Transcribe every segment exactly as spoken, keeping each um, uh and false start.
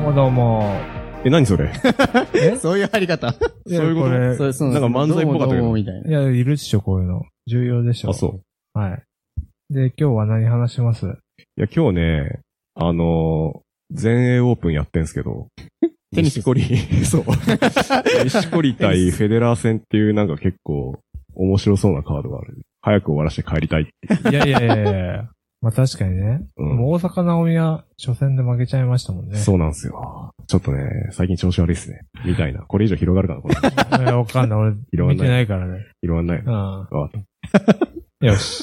もどうも。 え、何それえそういう入り方そういうことれそうそうなんか漫才っぽかったよ。 みたいな。 いや、いるっしょ、こういうの。重要でしょ。 あ、そう。 はい。で、今日は何話します？ いや、今日ね、あのー、全英オープンやってんすけど、 テニス錦織、そう。錦織対フェデラー戦っていうなんか結構面白そうなカードがある。早く終わらせて帰りたいって。 いやいやいやいやまあ確かにね。 うん、 もう大阪なおみは初戦で負けちゃいましたもんね。 そうなんですよ。ちょっとね、最近調子悪いっすね。みたいな。これ以上広がるかな、これ。 いや、わかんない。俺、見てないからね。 広がんない。 うん。 わかった。 よし。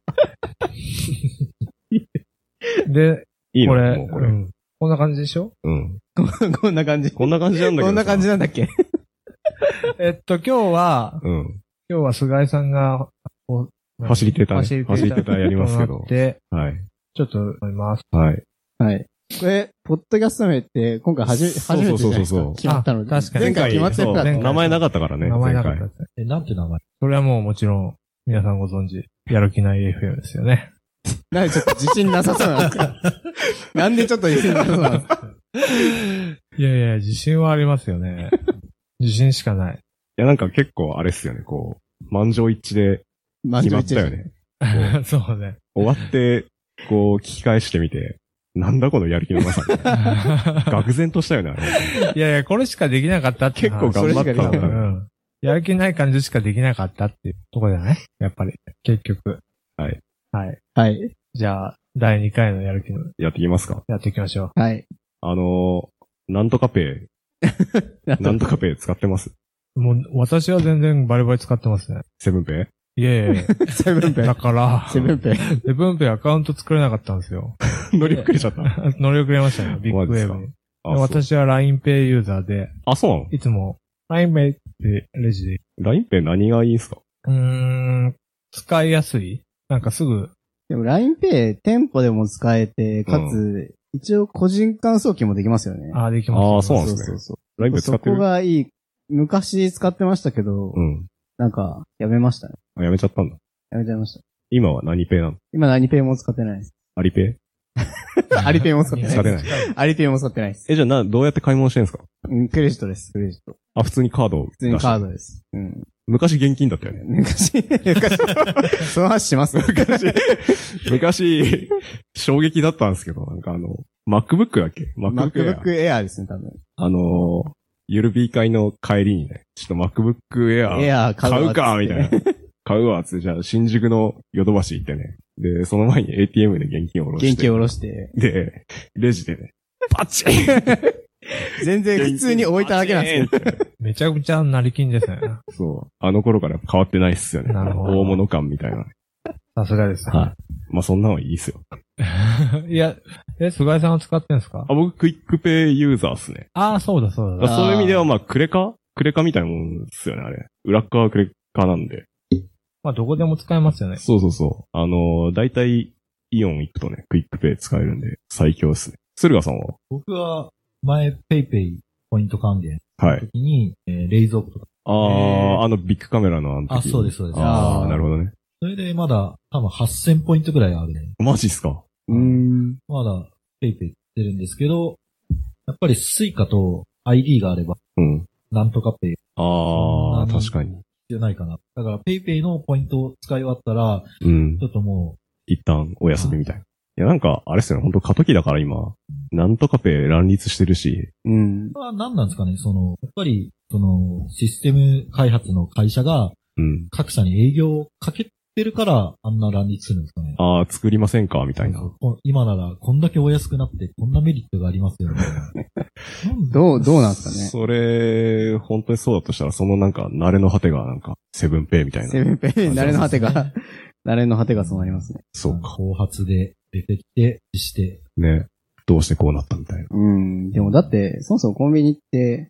で、 いいのこれ、 もうこれ、 うん。こんな感じでしょ？ うん。 こんな感じ。 こんな感じなんだけど。 こんな感じなんだっけえっと、今日は、 うん。 今日は菅井さんが、 ファシリテーターね。 ファシリテファシリテーターやりますけど。 で、 はい。 ちょっと思います。 はい。 はい。これ、ポッドキャスト名って今回はじめ、初めてじゃないですか。 そうそうそうそう決まったので。 あ確かに前回決まってなかった。 名前なかったからね。 名前なかったですね。 え、なんて名前？ それはもうもちろん、皆さんご存知、やる気ない エフエム ですよね。 なんでちょっと自信なさそうなんですかなんでちょっと自信なさそうなんですかいやいや、自信はありますよね。自信しかない。 いや、なんか結構あれっすよね、こう、満場一致で決まったよね。 そうね。 終わって、こう、聞き返してみて、なんだこのやる気のなさ。愕然としたよね、あれ。 いやいや、これしかできなかったって結構頑張ったんだ、 うん。やる気ない感じしかできなかったっていうとこじゃない？やっぱり、結局。 はい。 はい。 はい。 じゃあ、だいにかいのやる気の。 やっていきますか。 やっていきましょう。はい。 あのー、なんとかペイ。なんとかペイ使ってます？ もう、私は全然バリバリ使ってますね。 セブンペイ？いやいやセブンペイ。 だから、 セブンペイ。 セブンペイアカウント作れなかったんですよ。 乗り遅れちゃった。 乗り遅れましたね、ビッグウェーブに。私は ラインペイ ユーザーで。 あ、そうなの？ いつも ラインペイ ってレジで。 ラインペイ 何がいいんすか？ うーん、使いやすい？なんかすぐ。 でも ラインペイ 店舗でも使えて、かつ、うん、一応個人間送金もできますよね。 ああ、できます、ね。 ああ、そうなんですね。そうそうそう。ラインペイ 使ってる？ そこがいい。昔使ってましたけど、うん。なんか、やめましたね。 あ、やめちゃったんだ。 やめちゃいました。 今は何ペイなの？ 今何ペイも使ってないです。 アリペイアリペイも使ってない。 使ってない。 アリペイも使ってないです。 え、じゃあな、どうやって買い物してんすか？ うん、クレジットです、クレジット。 あ、普通にカードを普通にカードです。うん。 昔現金だったよね。 昔、昔、その話します昔、昔、衝撃だったんですけど、なんかあの、MacBook だっけ ?MacBook Air。MacBook Air ですね、多分。 あのー、ゆる B 会の帰りにね、ちょっと MacBook Air 買うかみたいな。買うわつって、じゃあ新宿のヨドバシ行ってね。で、その前に エーティーエム で現金を下ろして。 現金を下ろして。 で、レジでね、パチン全然普通に置いただけなんですよ。 めちゃくちゃ成金ですね。 そう。あの頃から変わってないっすよね。 なるほど。 大物感みたいな。 さすがですね。 はい。まあそんなのはいいっすよ。 いや、え、菅井さんは使ってんすか？ あ、僕クイックペイユーザーっすね。 ああ、そうだそうだ。 そういう意味ではまあクレカクレカみたいなもんっすよね、あれ。裏側はクレカなんで。 まあどこでも使えますよね。 そうそうそう。あのー、だいたいイオン行くとね、クイックペイ使えるんで、最強ですね。駿河さんは？ 僕は、前、ペイペイポイント還元はい。 時に、えー、冷蔵庫とか。 ああ、あのビッグカメラのあの時。 あ、そうです、そうです。 ああ、なるほどね。 それでまだ、多分はっせんポイントくらいあるね。 マジっすか？ うーん。 まだ、ペイペイってるんですけど、やっぱりスイカと アイディー があれば、 うん。 なんとかペイ。 ああ、確かに。 じゃないかな。だから、ペイペイのポイントを使い終わったら、 うん。 ちょっともう、 一旦お休みみたいな。いや、なんか、あれっすよね、ほんと過渡期だから今、なんとかペイ乱立してるし。 うん。 まあ、何なんですかね、その、やっぱり、その、システム開発の会社が、 うん。 各社に営業をかけてるから、あんな乱立するんですかね。 ああ、作りませんかみたいな。 今なら、こんだけお安くなって、こんなメリットがありますよね。 どう、どうなんですかね。 それ、本当にそうだとしたら、そのなんか、慣れの果てがなんか、セブンペイみたいな。 セブンペイ、慣れの果てが、慣れの果てがそうなりますね。 そうか。 後発で出てきて、して。 ね。どうしてこうなったみたいな。 うん。でもだって、そもそもコンビニって、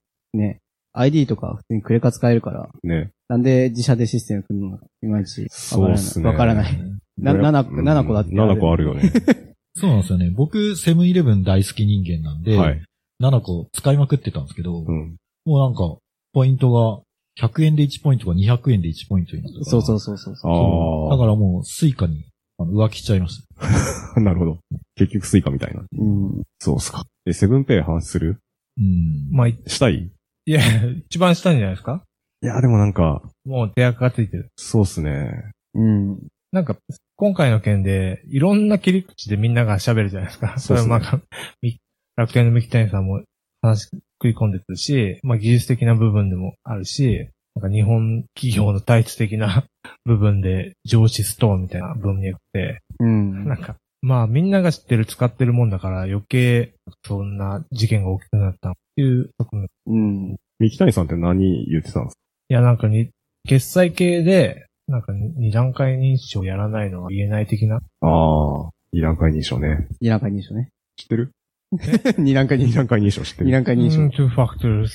ね、アイディー とか普通にクレカ使えるから。 ね。 なんで自社でシステム組むのか、いまいちわからない。 そうっすね。 わからない。な、ななこ、ななこだって。 ななこあるよね。 そうなんですよね。僕、セブンイレブン大好き人間なんで、 はい。 ななこ使いまくってたんですけど、 うん。 もうなんか、ポイントが、ひゃくえんでいちポイントがにひゃくえんでいちポイントになった。 そうそうそうそう。 ああ。 だからもう、スイカに、あの浮気しちゃいました。 なるほど。結局スイカみたいな。 うん。 そうっすか。 え、セブンペイ反する？ うん。 まあ、 したい？ いや、一番下んじゃないですか？ いや、でもなんか、 もう手垢がついてる。 そうっすね。 うん。 なんか、今回の件で、いろんな切り口でみんなが喋るじゃないですか。 そうっすね。 それはまあ、楽天の三木谷さんも話食い込んでくるし、まあ技術的な部分でもあるし、なんか日本企業の体質的な部分で上司ストーンみたいな文脈で、 うん。 なんか、まあみんなが知ってる使ってるもんだから余計そんな事件が大きくなったっていう側面。 うん。 三木谷さんって何言ってたんですか？ いやなんかに、決済系で、なんか二段階認証やらないのは言えない的な。 ああ、二段階認証ね。 二段階認証ね。 知ってる？ 二段階認証。 二段階認証知ってる？ 二段階認証。 two factors。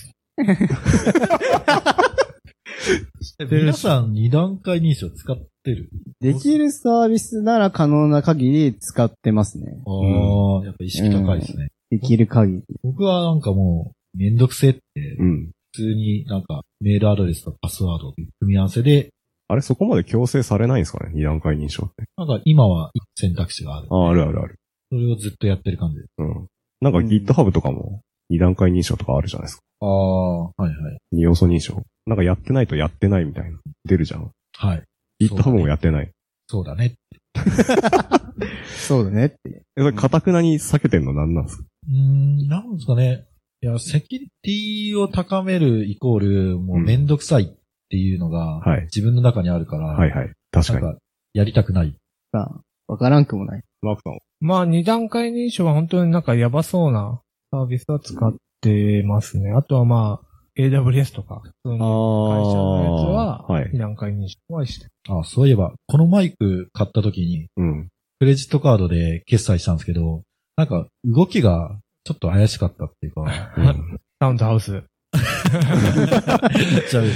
皆さん二段階認証使ってる？ できるサービスなら可能な限り使ってますね。 ああ、うん、やっぱ意識高いですね。 できる限り。 僕はなんかもう、めんどくせって、 うん、 普通になんかメールアドレスとパスワード組み合わせで、 あれそこまで強制されないんですかね？二段階認証って。 なんか今は選択肢がある。 ああ、あるあるある。 それをずっとやってる感じです。 うん。なんか GitHub とかも二段階認証とかあるじゃないですか。 ああ、はいはい。 二要素認証。なんかやってないとやってないみたいな。出るじゃん。 はい。 GitHub もやってない。 そうだね。 そうだねって。 え、それ、かたくなに避けてんの何なんですか？ うーん、なんですかね。いや、セキュリティを高めるイコール、もうめんどくさいっていうのが、 はい。 自分の中にあるから、 はいはい。確かに。 なんか、やりたくない。 さあ、わからんくもない。 マークさん。 まあ、二段階認証は本当になんかやばそうなサービスは使ってますね。あとはまあ、エーダブリューエス とか、普通に会社のやつは、二段階認証はして。 ああ、そういえば、このマイク買った時に、 うん。 クレジットカードで決済したんですけど、なんか動きがちょっと怪しかったっていうか、 うん、サウンドハウス。 そう。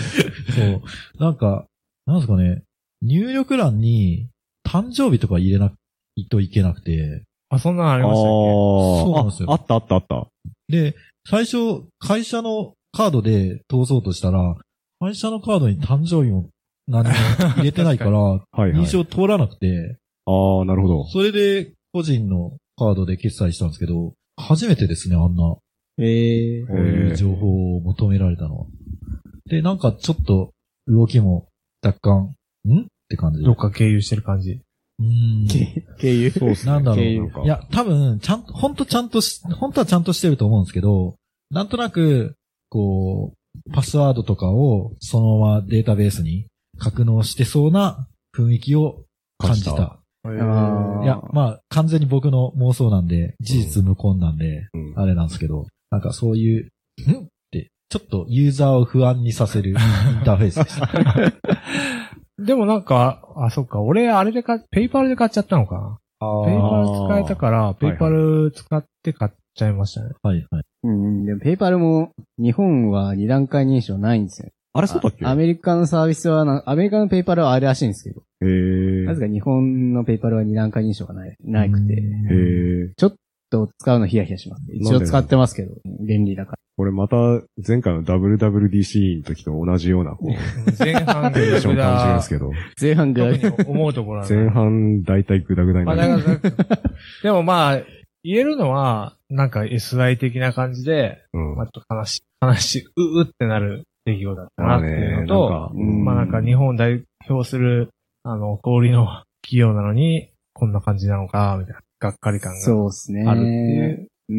なんか、なんですかね、入力欄に誕生日とか入れないといけなくて。 あ、そんなのありましたっけ？ そうなんですよ。 あったあったあった。 で、最初、会社のカードで通そうとしたら、会社のカードに誕生日も何も入れてないから、認証通らなくて。 ああ、なるほど。 それで、個人のカードで決済したんですけど、初めてですね、あんな。 ええー。 こういう情報を求められたのは。で、なんかちょっと動きも若干、んって感じで。 どっか経由してる感じ。 うーん。 経由そうっすね。なんだろう。いや、多分、ちゃんと、ほんとちゃんとし、本当はちゃんとしてると思うんですけど、なんとなく、こう、パスワードとかをそのままデータベースに格納してそうな雰囲気を感じた。いや、まあ、完全に僕の妄想なんで、事実無根なんで、うん、あれなんですけど、なんかそういう、んって、ちょっとユーザーを不安にさせるインターフェースでした。 でもなんか、あ、そっか、俺、あれで買、ペイパルで買っちゃったのかな。ペイパル使えたから、ペイパル使って買っちゃいましたね。 はいはい。 うん、でもペイパルも、日本は二段階認証ないんですよ。 あれそうだっけ？ アメリカのサービスはな、アメリカのペイパルはあるらしいんですけど。 へー。 なぜか日本のペイパルは二段階認証がない、なくて。へー。 ちょっと使うのヒヤヒヤします。一応使ってますけど、便利だから。 これまた前回の ダブリューダブリューディーシー の時と同じような、こう、 前半グダグダ。 感じるんですけど。 前半グダグダ。思うところ前半大体グダグダになる。 でもまあ、言えるのは、なんか エスアイ 的な感じで、うん、まあ、ちょっと悲しい、悲しい、ううってなる出来事だったなっていうのと、まあなんか日本を代表する、あの、小売の企業なのに、こんな感じなのか、みたいな、がっかり感がそうですね。 あるっていう。 うん、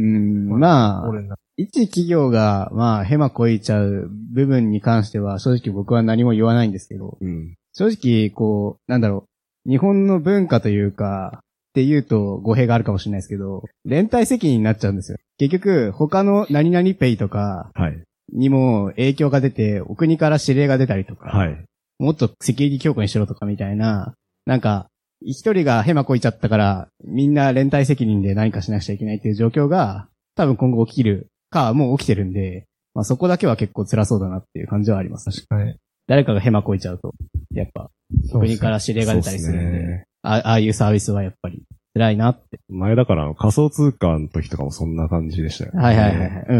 まあ、一企業が、まあ、ヘマこいちゃう部分に関しては、正直僕は何も言わないんですけど、うん、正直、こう、なんだろう、日本の文化というか、って言うと語弊があるかもしれないですけど、連帯責任になっちゃうんですよ。結局、他の何々ペイとかにも影響が出て、お国から指令が出たりとか、はい、もっとセキュリティ強化にしろとかみたいな、なんか、一人がヘマこいちゃったから、みんな連帯責任で何かしなくちゃいけないっていう状況が、多分今後起きるか、もう起きてるんで、まあそこだけは結構辛そうだなっていう感じはあります。 確かに。 誰かがヘマこいちゃうと、やっぱ、国から指令が出たりするんで、ね、あ, ああいうサービスはやっぱり辛いなって。 前だから仮想通貨の時とかもそんな感じでしたよね。 はいはいはいはい。うん。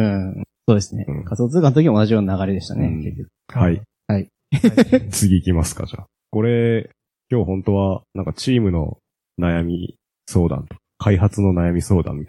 そうですね。うん、仮想通貨の時も同じような流れでしたね、うん、結局。 はい。 はい。 次行きますか、じゃあ。これ、今日本当は、なんかチームの悩み相談と、開発の悩み相談みたいな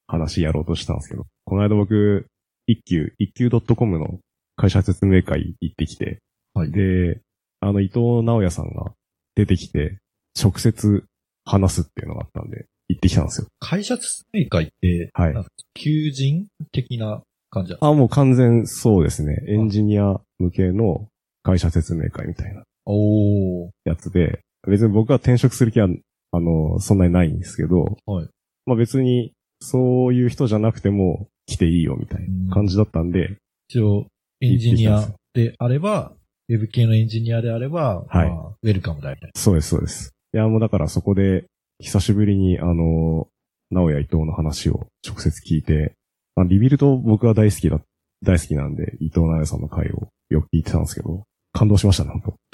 話やろうとしたんですけど、この間僕、一休、一休 .com の会社説明会行ってきて、はい、で、あの伊藤直也さんが出てきて、直接話すっていうのがあったんで、行ってきたんですよ。 会社説明会って、はい。求人的な感じだ。 あ、もう完全そうですね。エンジニア向けの会社説明会みたいな。おー。やつで、別に僕は転職する気は、あの、そんなにないんですけど、はい。まあ別に、そういう人じゃなくても来ていいよみたいな感じだったんで。 一応、エンジニアであれば、ウェブ系のエンジニアであれば、はい。まあ、ウェルカムだみたいな。 そうです、そうです。いや、もうだからそこで、久しぶりに、あの、直哉伊藤の話を直接聞いて、まあ、リビルド僕は大好きだ、大好きなんで、伊藤直哉さんの回をよく聞いてたんですけど、感動しましたね、本当。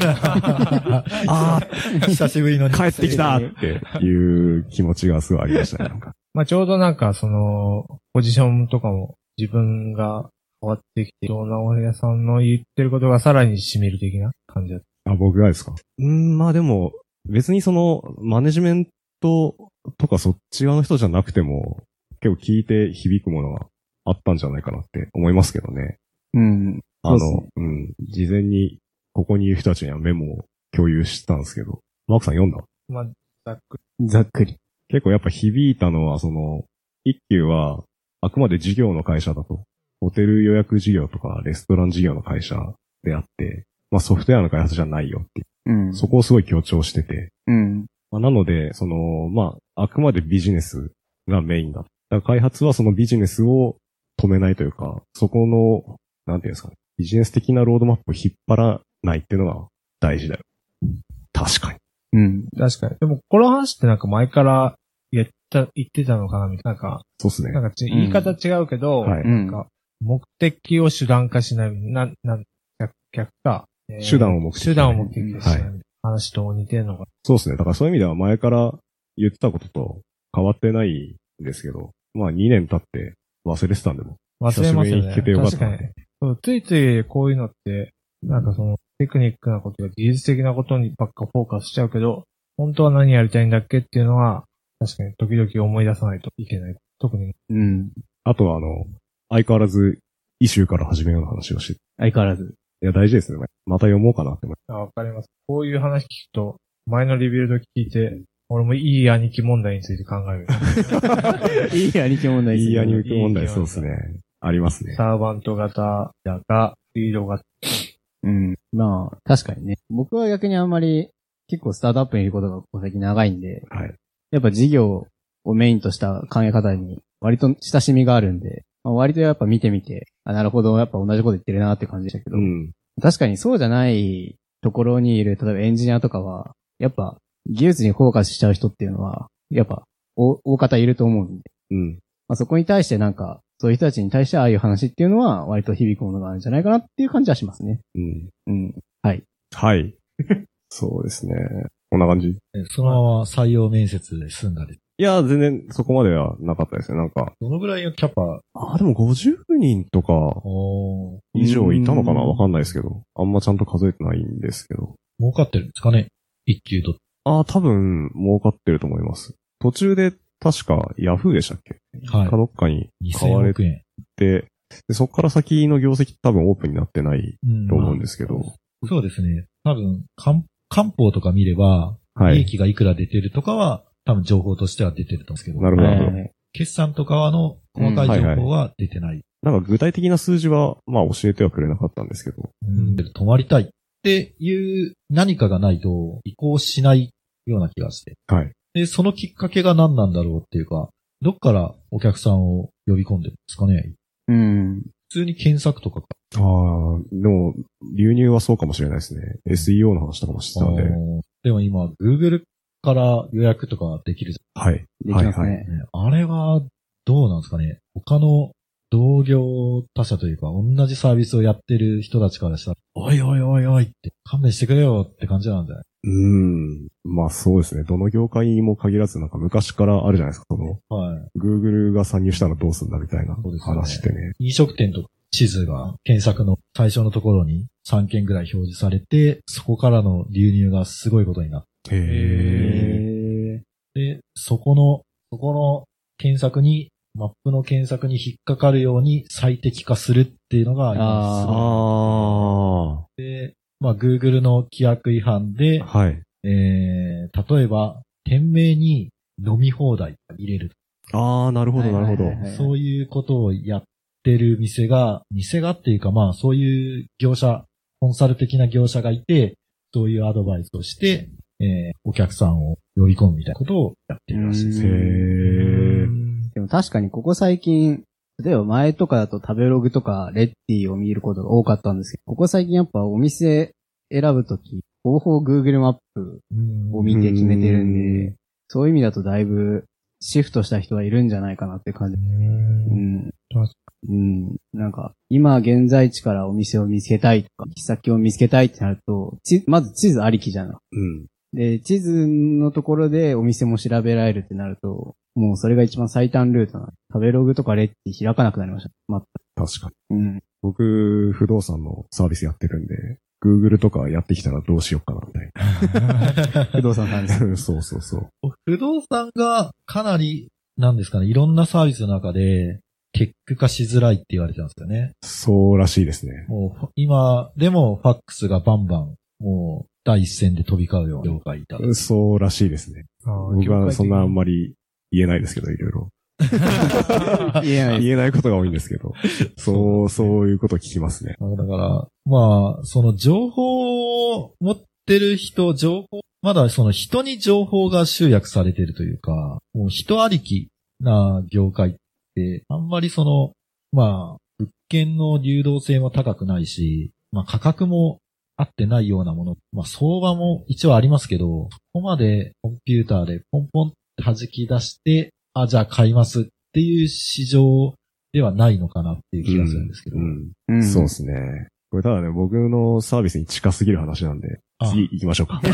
ああ、 久しぶりの帰ってきたっていう気持ちがすごいありましたね、なんか。 まあちょうどなんかその、ポジションとかも自分が変わってきて、伊藤直哉さんの言ってることがさらに染みる的な感じだった。 あ、僕がですか。うーん、まあでも、別にその、マネジメントとかそっち側の人じゃなくても、結構聞いて響くものがあったんじゃないかなって思いますけどね。うん。あの、うね、うん。事前に、ここにいる人たちにはメモを共有したんですけど、マークさん読んだ？ まあ、ざっくり。ざっくり。 結構やっぱ響いたのは、その、一休は、あくまで事業の会社だと。ホテル予約事業とか、レストラン事業の会社であって、まあソフトウェアの開発じゃないよっていう。うん、そこをすごい強調してて。うん、まあ、なので、その、まあ、あくまでビジネスがメインだ。だから開発はそのビジネスを止めないというか、そこの、なんていうんですかね、ビジネス的なロードマップを引っ張らないっていうのが大事だよ。確かに。 うん、確かに。でも、この話ってなんか前から言った、言ってたのかなみたいな。なんか、 そうですね。 なんか言い方違うけど、うん、なんか、目的を手段化しない、な、な、逆、逆か。 手段を目的手段を目的にしない、はい、話と似てるのが。 そうですね。だからそういう意味では前から言ってたことと変わってないんですけど、まあにねん経って忘れてたんでも。 忘れますよね。 久しぶりに聞けてよかった。 確かに。そう、ついついこういうのって、なんかそのテクニックなことや技術的なことにばっかフォーカスしちゃうけど、本当は何やりたいんだっけっていうのは、確かに時々思い出さないといけない。特に。 うん。あとはあの、相変わらず、イシューから始めようの話をして。 相変わらず。 いや、大事ですね。また読もうかなって思います。あ、わかります。こういう話聞くと、前のリビルド聞いて、俺もいい兄貴問題について考える。 いい兄貴問題、 いい兄貴問題、そうですね。ありますね。 サーバント型だが、リード型。 うん。まあ、確かにね。僕は逆にあんまり、結構スタートアップにいることが最近長いんで、はい。やっぱ事業をメインとした考え方に割と親しみがあるんで、まあ、割とやっぱ見てみて、あ、なるほど、やっぱ同じこと言ってるなって感じでしたけど、うん、確かにそうじゃないところにいる、例えばエンジニアとかは、やっぱ技術にフォーカスしちゃう人っていうのは、やっぱ大, 大方いると思うんで、うんまあ、そこに対してなんか、そういう人たちに対してああいう話っていうのは割と響くものがあるんじゃないかなっていう感じはしますね。うん。うん。はい。 はい。そうですね。こんな感じ。 そのまま採用面接で済んだり。 いや、全然そこまではなかったですね。なんか。 どのぐらいのキャパ？ あ、でもごじゅうにんとか以上いたのかなわかんないですけど。あんまちゃんと数えてないんですけど。 儲かってるんですかね一級と。 ああ、多分儲かってると思います。途中で確かヤフーでしたっけ？はい。かどっかに買われて、でそっから先の業績多分オープンになってないと思うんですけど。うんまあ、そうですね。多分、漢方とか見れば、はい、利益がいくら出てるとかは、多分情報としては出てると思うんですけど。 なるほど。えー、 決算とかはの細かい情報は出てない。うんはいはい、 なんか具体的な数字は、まあ教えてはくれなかったんですけど。 うん、止まりたいっていう何かがないと移行しないような気がして。はい。で、そのきっかけが何なんだろうっていうか、どっからお客さんを呼び込んでるんですかね。うん。普通に検索とかか。 ああ、でも、流入はそうかもしれないですね。エスイーオー の話とかもしてたんで。 でも今、Google から予約とかできるじゃん。はい。 できますね。 あれは、どうなんですかね。他の同業他社というか、同じサービスをやってる人たちからしたら、おいおいおいおいって勘弁してくれよって感じなんだよね。 うーん。まあそうですね。どの業界にも限らず、なんか昔からあるじゃないですか。その、はい。Google が参入したらどうすんだみたいな話ってね。ね飲食店とか地図が検索の最初のところにさんけんぐらい表示されて、そこからの流入がすごいことになって。へー。で、そこの、そこの検索にマップの検索に引っかかるように最適化するっていうのがあります。ああ。で、まあ Google の規約違反で、はい。えー、例えば、店名に飲み放題入れる。 ああ、なるほど、なるほど。 そういうことをやってる店が、店がっていうかまあそういう業者、コンサル的な業者がいて、そういうアドバイスをして、えー、お客さんを呼び込むみたいなことをやってるらしいです。へー。 でも確かにここ最近、例えば前とかだと食べログとかレッティを見ることが多かったんですけど、ここ最近やっぱお店選ぶとき、方法 Google マップを見て決めてるんで、そういう意味だとだいぶシフトした人はいるんじゃないかなって感じ。うん。うん。なんか、今現在地からお店を見つけたいとか、行き先を見つけたいってなると、ち、まず地図ありきじゃない。うん。で、地図のところでお店も調べられるってなると、もうそれが一番最短ルートなの。食べログとかレッティ開かなくなりました。全く。 確かに。うん。僕、不動産のサービスやってるんで、Google とかやってきたらどうしようかな、みたいな。 不動産さんです。 そうそうそう。 不動産がかなり、なんですかね、いろんなサービスの中で、結果化しづらいって言われてますよね。 そうらしいですね。 もう、今でもファックスがバンバン、もう、第一線で飛び交うような業界いた。 そうらしいですね。僕はそんなあんまり言えないですけど、いろいろ。言えない。言えないことが多いんですけど。そう、そういうこと聞きますね。 だから、まあ、その情報を持ってる人、情報、まだその人に情報が集約されているというか、もう人ありきな業界って、あんまりその、まあ、物件の流動性も高くないし、まあ価格も合ってないようなもの、まあ相場も一応ありますけど、そこまでコンピューターでポンポンって弾き出して、あ、じゃあ買いますっていう市場ではないのかなっていう気がするんですけど。うんうんうん、そうですね。これただね、僕のサービスに近すぎる話なんで、次行きましょうか。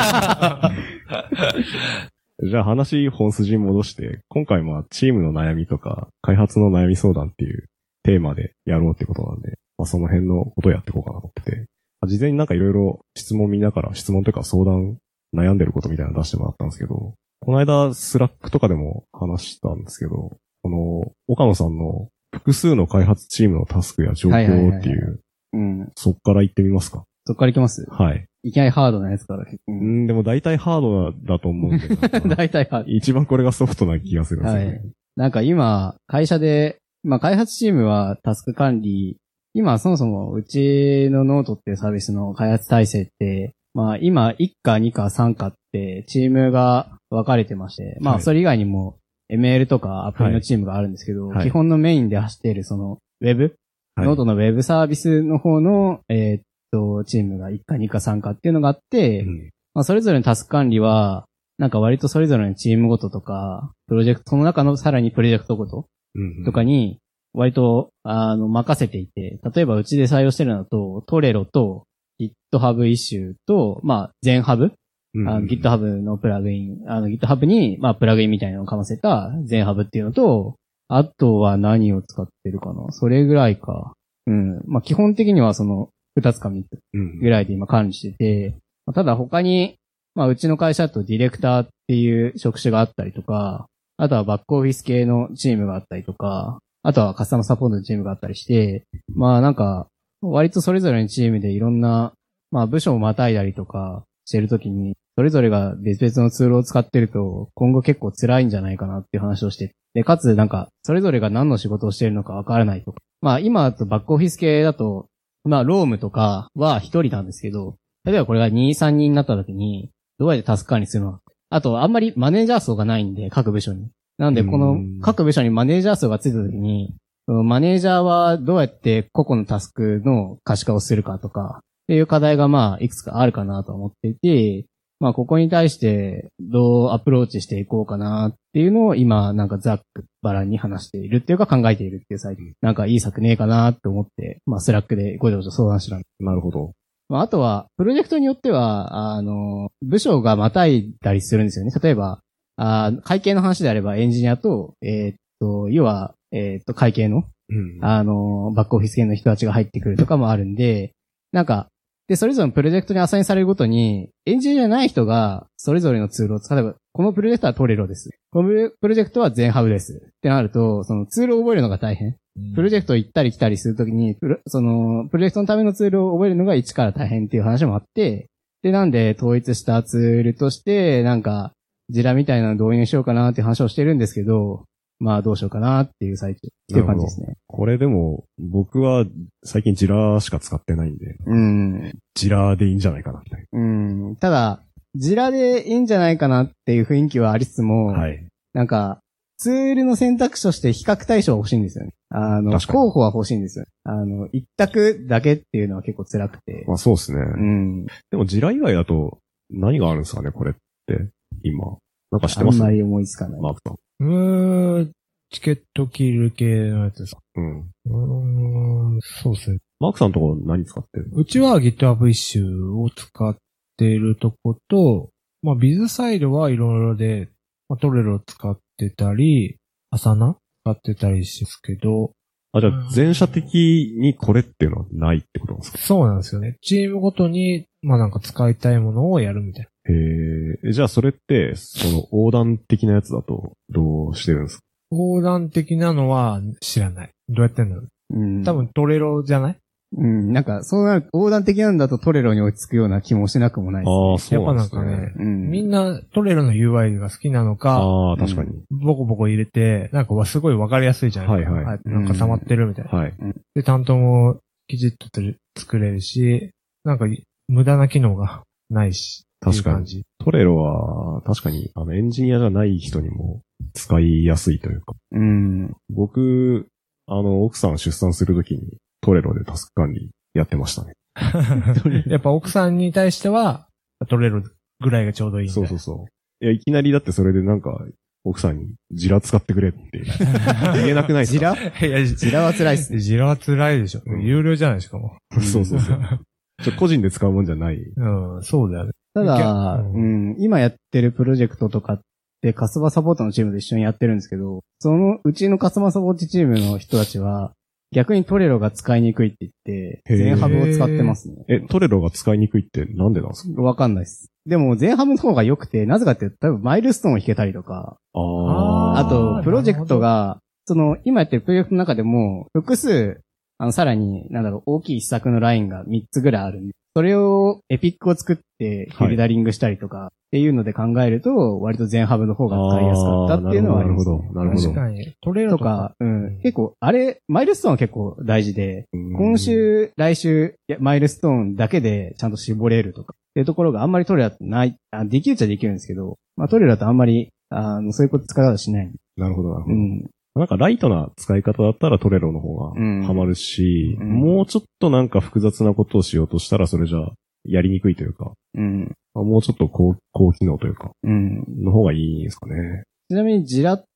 じゃあ話本筋に戻して、今回まあチームの悩みとか、開発の悩み相談っていうテーマでやろうってことなんで、まあその辺のことをやっていこうかなと思ってて、事前になんかいろいろ質問見ながら、質問というか相談、悩んでることみたいなの出してもらったんですけど、この間スラックとかでも話したんですけど、この岡野さんの複数の開発チームのタスクや情報っていう、はいはいはいはい、うん、そっから行ってみますか。 そっから行きます。 はい。 いきなりハードなやつから結構。 うん、でも大体ハードだと思うんで。 大体ハード。 一番これがソフトな気がするんですよね。はい。 なんか今、会社で、まあ開発チームはタスク管理、今そもそもうちのノートっていうサービスの開発体制って、まあ今いちかにかさんかってチームが分かれてまして、まあそれ以外にも エムエル とかアプリのチームがあるんですけど、はい、基本のメインで走っているそのウェブ、はい、ノートのウェブサービスの方の、えーチームがいちかにかさんかっていうのがあって、うん、まあそれぞれのタスク管理は、なんか割とそれぞれのチームごととか、プロジェクト、その中のさらにプロジェクトごととかに、割と、あの、任せていて、例えばうちで採用してるのだと、トレロと GitHub イシューと、まあ、全ハブ、うん、あの GitHub のプラグイン、あの GitHub に、まあ、プラグインみたいなのをかませた全ハブっていうのと、あとは何を使ってるかな、それぐらいか。うん。まあ、基本的にはその、二つか三つぐらいで今管理してて、うん、ただ他に、まあうちの会社だとディレクターっていう職種があったりとか、あとはバックオフィス系のチームがあったりとか、あとはカスタマーサポートのチームがあったりして、まあなんか、割とそれぞれのチームでいろんな、まあ部署をまたいだりとかしてるときに、それぞれが別々のツールを使ってると、今後結構辛いんじゃないかなっていう話をして、で、かつなんか、それぞれが何の仕事をしているのかわからないとか。まあ今だとバックオフィス系だと、まあ、ロームとかは一人なんですけど、例えばこれがに、さんにんになった時に、どうやってタスク管理するのか。あと、あんまりマネージャー層がないんで、各部署に。なんで、この各部署にマネージャー層がついた時に、マネージャーはどうやって個々のタスクの可視化をするかとか、っていう課題がまあ、いくつかあるかなと思っていて、まあ、ここに対してどうアプローチしていこうかなっていうのを今、なんかざっくばらんに話しているっていうか考えているっていうサイト。なんかいい策ねえかなって思って、まあ、スラックでごちゃごちゃ相談してたんです。 なるほど。 まあ、あとは、プロジェクトによっては、あの、部署がまたいだりするんですよね。例えば、あ会計の話であればエンジニアと、えー、っと、要は、えー、っと、会計の、うん、あの、バックオフィス系の人たちが入ってくるとかもあるんで、なんか、で、それぞれのプロジェクトにアサインされるごとに、エンジニアじゃない人が、それぞれのツールを使えば、 このプロジェクトはトレロです。このプロジェクトは全ハブです。ってなると、そのツールを覚えるのが大変。うん、プロジェクト行ったり来たりするときに、その、プロジェクトのためのツールを覚えるのが一から大変っていう話もあって、で、なんで統一したツールとして、なんか、ジラみたいなの導入しようかなっていう話をしてるんですけど、まあどうしようかなっていう最中っていう感じですね。 これでも、僕は最近ジラしか使ってないんで、うん。ジラでいいんじゃないかなみたいな。 うん。ただ、ジラでいいんじゃないかなっていう雰囲気はありつつも、はい。なんか、ツールの選択肢として比較対象は欲しいんですよね。あの、候補は欲しいんですよ。あの、一択だけっていうのは結構辛くて。 まあそうですね。うん。でもジラ以外だと何があるんですかね、これって。今。なんか知ってます？ あんまり思いつかない。 マークさん。 うーん、チケット切る系のやつですか？うん。うーん、そうですね。 マークさんのとこ何使ってる？ うちは GitHub イッシュを使っているとこと、まあ、ビズサイドはいろいろで、まあ、トレロ使ってたり、アサナ使ってたりしますけど。 あ、じゃあ、全社的にこれっていうのはないってことなんですか？ そうなんですよね。チームごとに、まあなんか使いたいものをやるみたいな。 へえ、じゃあそれって、その横断的なやつだとどうしてるんですか？ 横断的なのは知らない。どうやってんだろう。うん。多分トレロじゃない？ うん、なんか、そうなる、横断的なんだとトレロに落ち着くような気もしなくもないですね。 ああ、そうなんですね。 やっぱなんかね、うん、みんなトレロの ユーアイ が好きなのか、 ああ、確かに、 うん。ボコボコ入れて、なんかすごいわかりやすいじゃないですか。はいはい。なんか溜まってるみたいな。うん、はい。で、担当もきちっと作れるし、なんか無駄な機能がないし。 確かに。トレロは、確かに、あの、エンジニアじゃない人にも使いやすいというか。うん。僕、あの、奥さん出産するときにトレロでタスク管理やってましたね。 やっぱ奥さんに対しては、トレロぐらいがちょうどいいんだ。 そうそうそう。いや、いきなりだってそれでなんか、奥さんにジラ使ってくれって言えなくないですか？ ジラいや、ジラは辛いっすね。 ジラは辛いでしょ。うん、有料じゃないですか、もう。そうそうそう。ちょ個人で使うもんじゃない。 うん、そうだよね。 ただ、うん、今やってるプロジェクトとかってカスタマーサポートのチームで一緒にやってるんですけど、そのうちのカスタマーサポートチームの人たちは、逆にトレロが使いにくいって言って、全ハブを使ってますね。 え、トレロが使いにくいってなんでなんですか？ わかんないです。でも、全ハブの方が良くて、なぜかって多分マイルストーンを引けたりとか、ああと、プロジェクトが、その、今やってるプロジェクトの中でも、複数、あの、さらに、なんだろう、大きい施策のラインがみっつぐらいあるんで、それを、エピックを作って、フィルダリングしたりとか、っていうので考えると、割と全ハブの方が使いやすかったっていうのはあります、ね。 なるほど、なるほど。 確かに。トレロとか、うん。結構、あれ、マイルストーンは結構大事で、今週、来週、マイルストーンだけでちゃんと絞れるとか、っていうところがあんまりトレラってない、あできるっちゃできるんですけど、まあトレラってあんまり、あの、そういうこと使い方しない。 なるほど、なるほど。うん。なんかライトな使い方だったらトレロの方がハマるし、うん、もうちょっとなんか複雑なことをしようとしたらそれじゃやりにくいというか、うん、もうちょっと高、高機能というか、うん、の方がいいんですかね。 ちなみにジラって、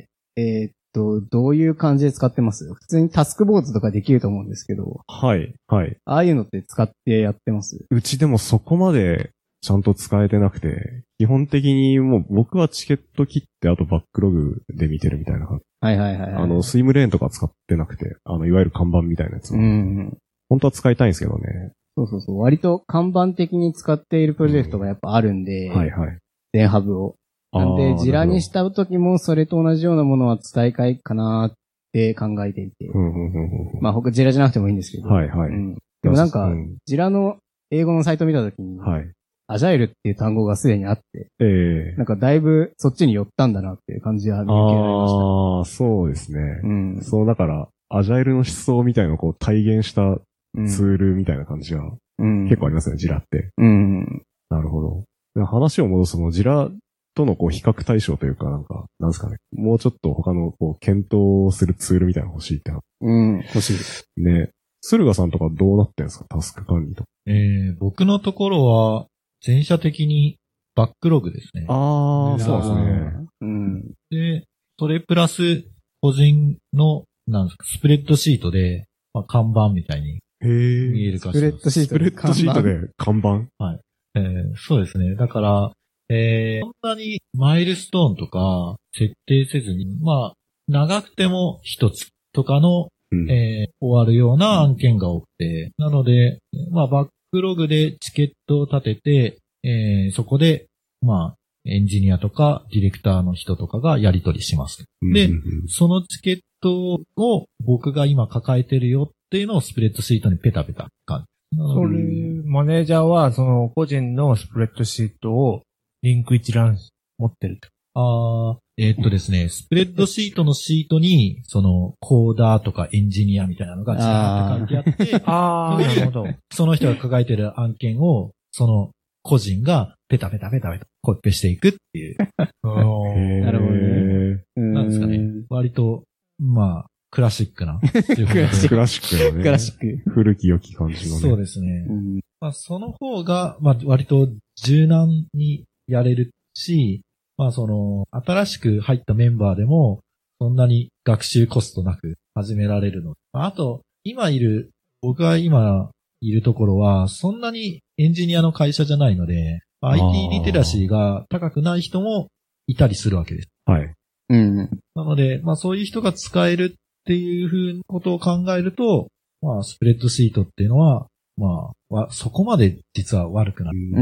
えー、っと、どういう感じで使ってます？普通にタスクボードとかできると思うんですけど。 はい、はい。 ああいうのって使ってやってます？ うちでもそこまでちゃんと使えてなくて、基本的にもう僕はチケット切ってあとバックログで見てるみたいな感じ。 はいはいはい、はい。 あの、スイムレーンとか使ってなくて、あの、いわゆる看板みたいなやつ。うん。本当は使いたいんですけどね。 そうそうそう。割と看板的に使っているプロジェクトがやっぱあるんで、うん、はいはい。全ハブを。なんで、ジラにした時もそれと同じようなものは伝え替えかなって考えていて。うんうんうんうん、まあ他ジラじゃなくてもいいんですけど。はいはい。うん、でもなんか、うん、ジラの英語のサイト見た時に、はい。アジャイルっていう単語がすでにあって、ええー。なんかだいぶそっちに寄ったんだなっていう感じは見受けられました。 ああ、そうですね。うん。そうだから、アジャイルの思想みたいなのをこう体現したツールみたいな感じが、うん、結構ありますね、ジラって。うん。なるほど。話を戻すと、もジラとのこう比較対象というか、なんか、なんですかね。もうちょっと他のこう検討するツールみたいなの欲しいってな。 うん、欲しいです。 ね。駿河さんとかどうなってんですか、タスク管理と。 えー、僕のところは、全社的にバックログですね。 ああ、そうですね。 うん。で、それプラス、個人の、なんですか、スプレッドシートで、まあ、看板みたいに見えるかしら。 スプレッドシートで。スプレッドシートで看板はい。えー、そうですね。だから、えー、そんなにマイルストーンとか設定せずに、まあ、長くても一つとかの、うん、えー、終わるような案件が多くて、なので、まあ、バックログでチケットを立てて、えー、そこで、まあ、 エンジニアとかディレクターの人とかがやり取りします。で、そのチケットを僕が今抱えてるよっていうのをスプレッドシートにペタペタ感じ。 それ、マネージャーはその個人のスプレッドシートをリンク一覧持ってると。 ああ、えー、っとですね、スプレッドシートのシートに、その、コーダーとかエンジニアみたいなのがずらーっと書いてあって、 ああ、なるほど。 その人が抱えてる案件を、その個人がペタペタペタペタコピペしていくっていう。 なるほどね。 なんですかね。割と、まあ、クラシックな。 クラシックのね。 クラシック。 古き良き感じのね。 そうですね。うん、まあ、その方が、まあ、割と柔軟にやれるし、まあ、その、新しく入ったメンバーでも、そんなに学習コストなく始められるの。あと、今いる、僕が今いるところは、そんなにエンジニアの会社じゃないので、アイティー リテラシーが高くない人もいたりするわけです。 はい。 うん。 なので、まあそういう人が使えるっていうふうなことを考えると、まあスプレッドシートっていうのは、まあ、そこまで実は悪くない。 うん。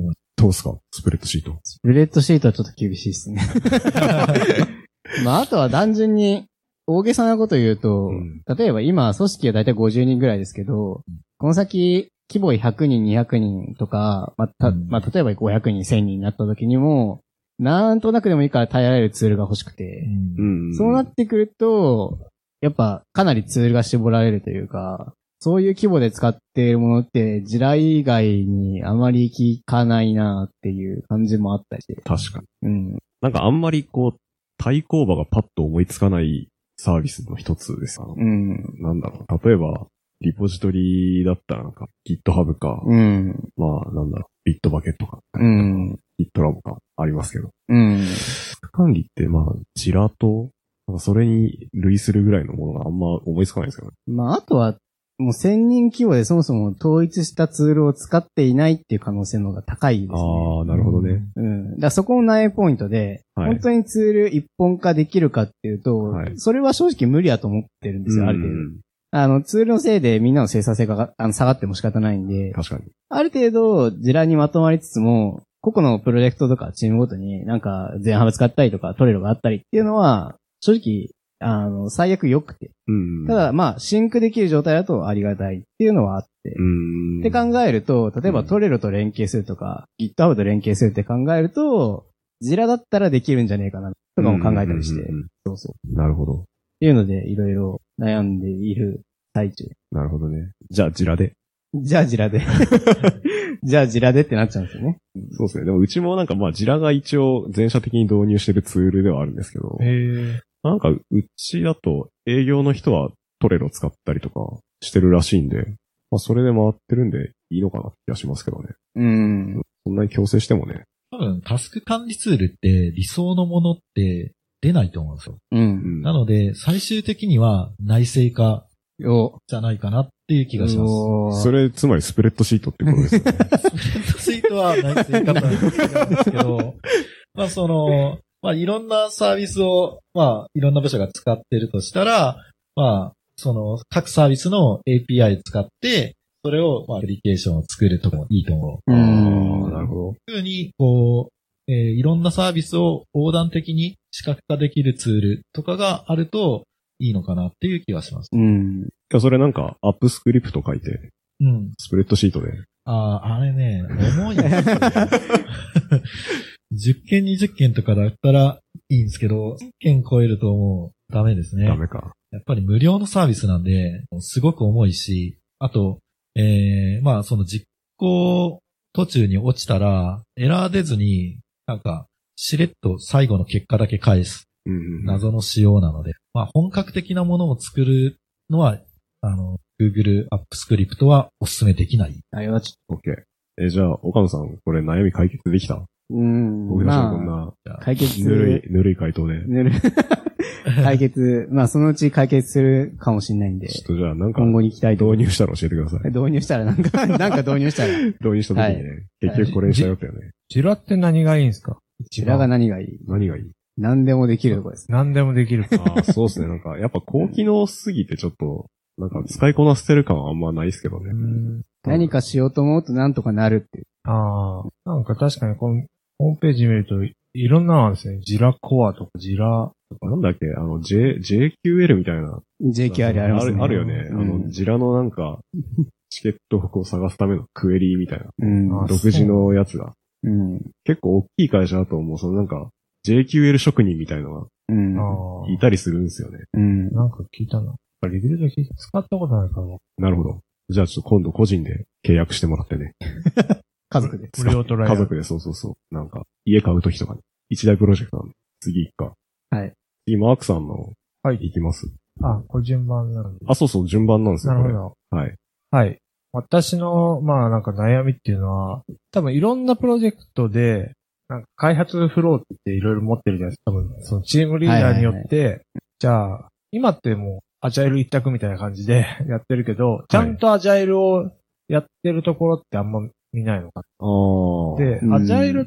どうですかスプレッドシート。 スプレッドシートはちょっと厳しいですね。まああとは単純に大げさなこと言うと、うん、例えば今組織はだいたいごじゅうにんぐらいですけど、うん、この先規模ひゃくにん、にひゃくにんとか、まあ、た、うん、まあ、例えばごひゃくにん、せんにんになった時にも、なんとなくでもいいから耐えられるツールが欲しくて、うん、そうなってくると、やっぱかなりツールが絞られるというか、そういう規模で使っているものって、ジラ以外にあまり効かないなっていう感じもあったりして。 確かに。 うん。 なんかあんまりこう、対抗馬がパッと思いつかないサービスの一つですか。 うん。 なんだろう。例えば、リポジトリだったらなんか GitHub か、 うん。 まあなんだろう、Bitbucket とか、 うん。 GitLab かありますけど。 うん。 管理ってまあ、ジラと、なんかそれに類するぐらいのものがあんま思いつかないですよね。 まああとは、もうせんにん規模でそもそも統一したツールを使っていないっていう可能性の方が高いですね。 ああ、なるほどね。 うん。だからそこも悩みポイントで、はい、本当にツール一本化できるかっていうと、はい、それは正直無理だと思ってるんですよ、ある程度。あの、ツールのせいでみんなの生産性があの下がっても仕方ないんで、 確かに。 ある程度、ジラにまとまりつつも、個々のプロジェクトとかチームごとになんか全ハブ使ったりとかトレロがあったりっていうのは、正直、あの、最悪良くて。 うん、 ただ、まあ、シンクできる状態だとありがたいっていうのはあって。 うん、 って考えると、例えばトレロと連携するとか、うん、GitHub と連携するって考えると、ジラだったらできるんじゃねえかな、とかも考えたりして。うんうんうん、そうそう。 なるほど。 っていうので、いろいろ悩んでいる最中。 なるほどね。じゃあ、ジラで。 じゃあ、ジラで。じゃあ、ジラでってなっちゃうんですよね。 そうですね。でも、うちもなんかまあ、ジラが一応全社的に導入してるツールではあるんですけど。 へー。 なんか、うちだと営業の人はトレロ使ったりとかしてるらしいんで、まあそれで回ってるんでいいのかなって気がしますけどね。 うん。 そんなに強制してもね。 多分、タスク管理ツールって理想のものって出ないと思うんですよ。 うん。 なので、最終的には内製化じゃないかなっていう気がします。 それ、つまりスプレッドシートってことですよね。 スプレッドシートは内製化なんですけど、まあその、まあ、いろんなサービスを、まあ、いろんな部署が使ってるとしたら、まあ、その、各サービスの エーピーアイ を使って、それを、まあ、アプリケーションを作るとかもいいと思う。うん。 なるほど。 ふうに、こう、えー、いろんなサービスを横断的に視覚化できるツールとかがあるといいのかなっていう気がします。 うん。 それなんか、アップスクリプト書いて、 うん。 スプレッドシートで。 ああ、あれね、重いですよね。じゅっけんにじゅっけんとかだったらいいんですけど、じゅっけん超えるともうダメですね。 ダメか。 やっぱり無料のサービスなんで、すごく重いし、あと、えー、まあその実行途中に落ちたら、エラー出ずに、なんか、しれっと最後の結果だけ返す。謎の仕様なので、まあ本格的なものを作るのは、あの、Google AppScript はお勧めできない。 あれはちょっと。OK。えー、じゃあ、岡野さん、これ悩み解決できた？ うん。 僕たちこんな、 解決。 ぬるい、ぬるい回答で。 ぬるい。解決、まあそのうち解決するかもしれないんで。 ちょっとじゃあなんか、 今後に期待導入したら教えてください。 導入したらなんか、なんか導入したら。 導入した時にね、はい、結局これにしたよったよね。 ジラって何がいいんですか？ ジラが何がいい？ 何がいい？ 何でもできるとこです。 何でもできる。 ああ、そうですね。なんか、やっぱ高機能すぎてちょっと、なんか使いこなせてる感はあんまないですけどね。 うん、何かしようと思うとなんとかなるっていう。 ああ、なんか確かにこの、 ホームページ見ると、いろんなのあるんですね。ジラコアとか、ジラとか。 なんだっけあの、J、ジェーキューエル みたいな。 ジェーキューエル ありますね。 あるよね。うん、あの、ジラのなんか、チケットをこう探すためのクエリーみたいな。うん、独自のやつが。うん、結構大きい会社だともうそのなんか、ジェーキューエル 職人みたいなのが、うん、いたりするんですよね。 うん。なんか聞いたな。レビューだけ使ったことないからな。 なるほど。じゃあちょっと今度個人で契約してもらってね。 家族で。 無料トライアル。 家族で、そうそうそう。なんか、家買うときとかに。一大プロジェクトなんで。次行くか。 はい。 次、マークさんの、はい。行きます。 あ、これ順番なんで。 あ、そうそう、順番なんですよ。 なるほど。 はい。 はい。私の、まあなんか悩みっていうのは、多分いろんなプロジェクトで、なんか開発フローっていろいろ持ってるじゃないですか。多分、そのチームリーダーによって、はいはいはい、じゃあ、今ってもう、アジャイル一択みたいな感じでやってるけど、ちゃんとアジャイルをやってるところってあんま見ないのか。 はい、 で、アジャイルって、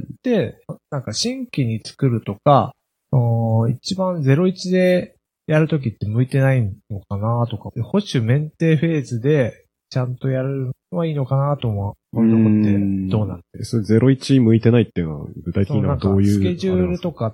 なんか新規に作るとか、一番ゼロイチでやるときって向いてないのかなとか、保守メンテフェーズでちゃんとやるのはいいのかなと思う。こういうとこってどうなんでそれゼロイチ向いてないっていうのは具体的にはどういうスケジュールとかって、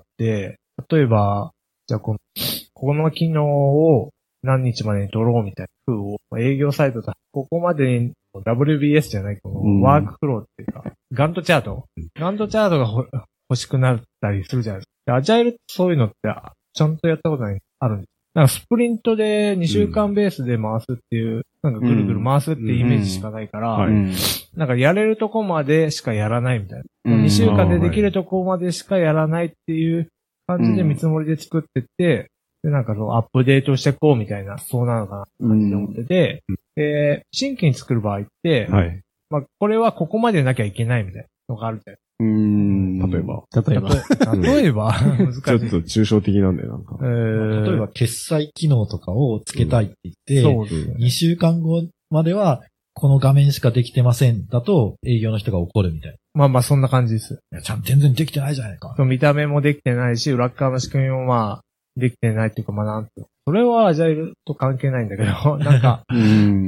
例えば、じゃあこの、この機能を何日までに取ろうみたいな風を営業サイトだ。ここまでに ダブリュービーエス じゃない、このワークフローっていうか、ガントチャートガントチャートが欲しくなったりするじゃないですか。アジャイルってそういうのってちゃんとやったことない、あるんです。なんかスプリントでにしゅうかんベースで回すっていう、なんかぐるぐる回すっていうイメージしかないから、なんかやれるとこまでしかやらないみたいな。にしゅうかんでできるとこまでしかやらないっていう感じで見積もりで作ってって、で、なんかそう、アップデートしていこうみたいな、そうなのかな、感じで思ってて、うん、で、新規に作る場合って、はい。まあ、これはここまでなきゃいけないみたいなのがあるじゃないですか。 うーん。例えば。 例えば。 例えば難しい。 ちょっと抽象的なんだよ、なんか。 えー、例えば、決済機能とかをつけたいって言って、うん、そうですね。にしゅうかんごまでは、この画面しかできてませんだと、営業の人が怒るみたいな。 まあまあ、そんな感じです。 いや、ちゃんと全然できてないじゃないか。 見た目もできてないし、裏側の仕組みもまあ、できてないっていうか、まあなんて、それはアジャイルと関係ないんだけど、なんか、うん、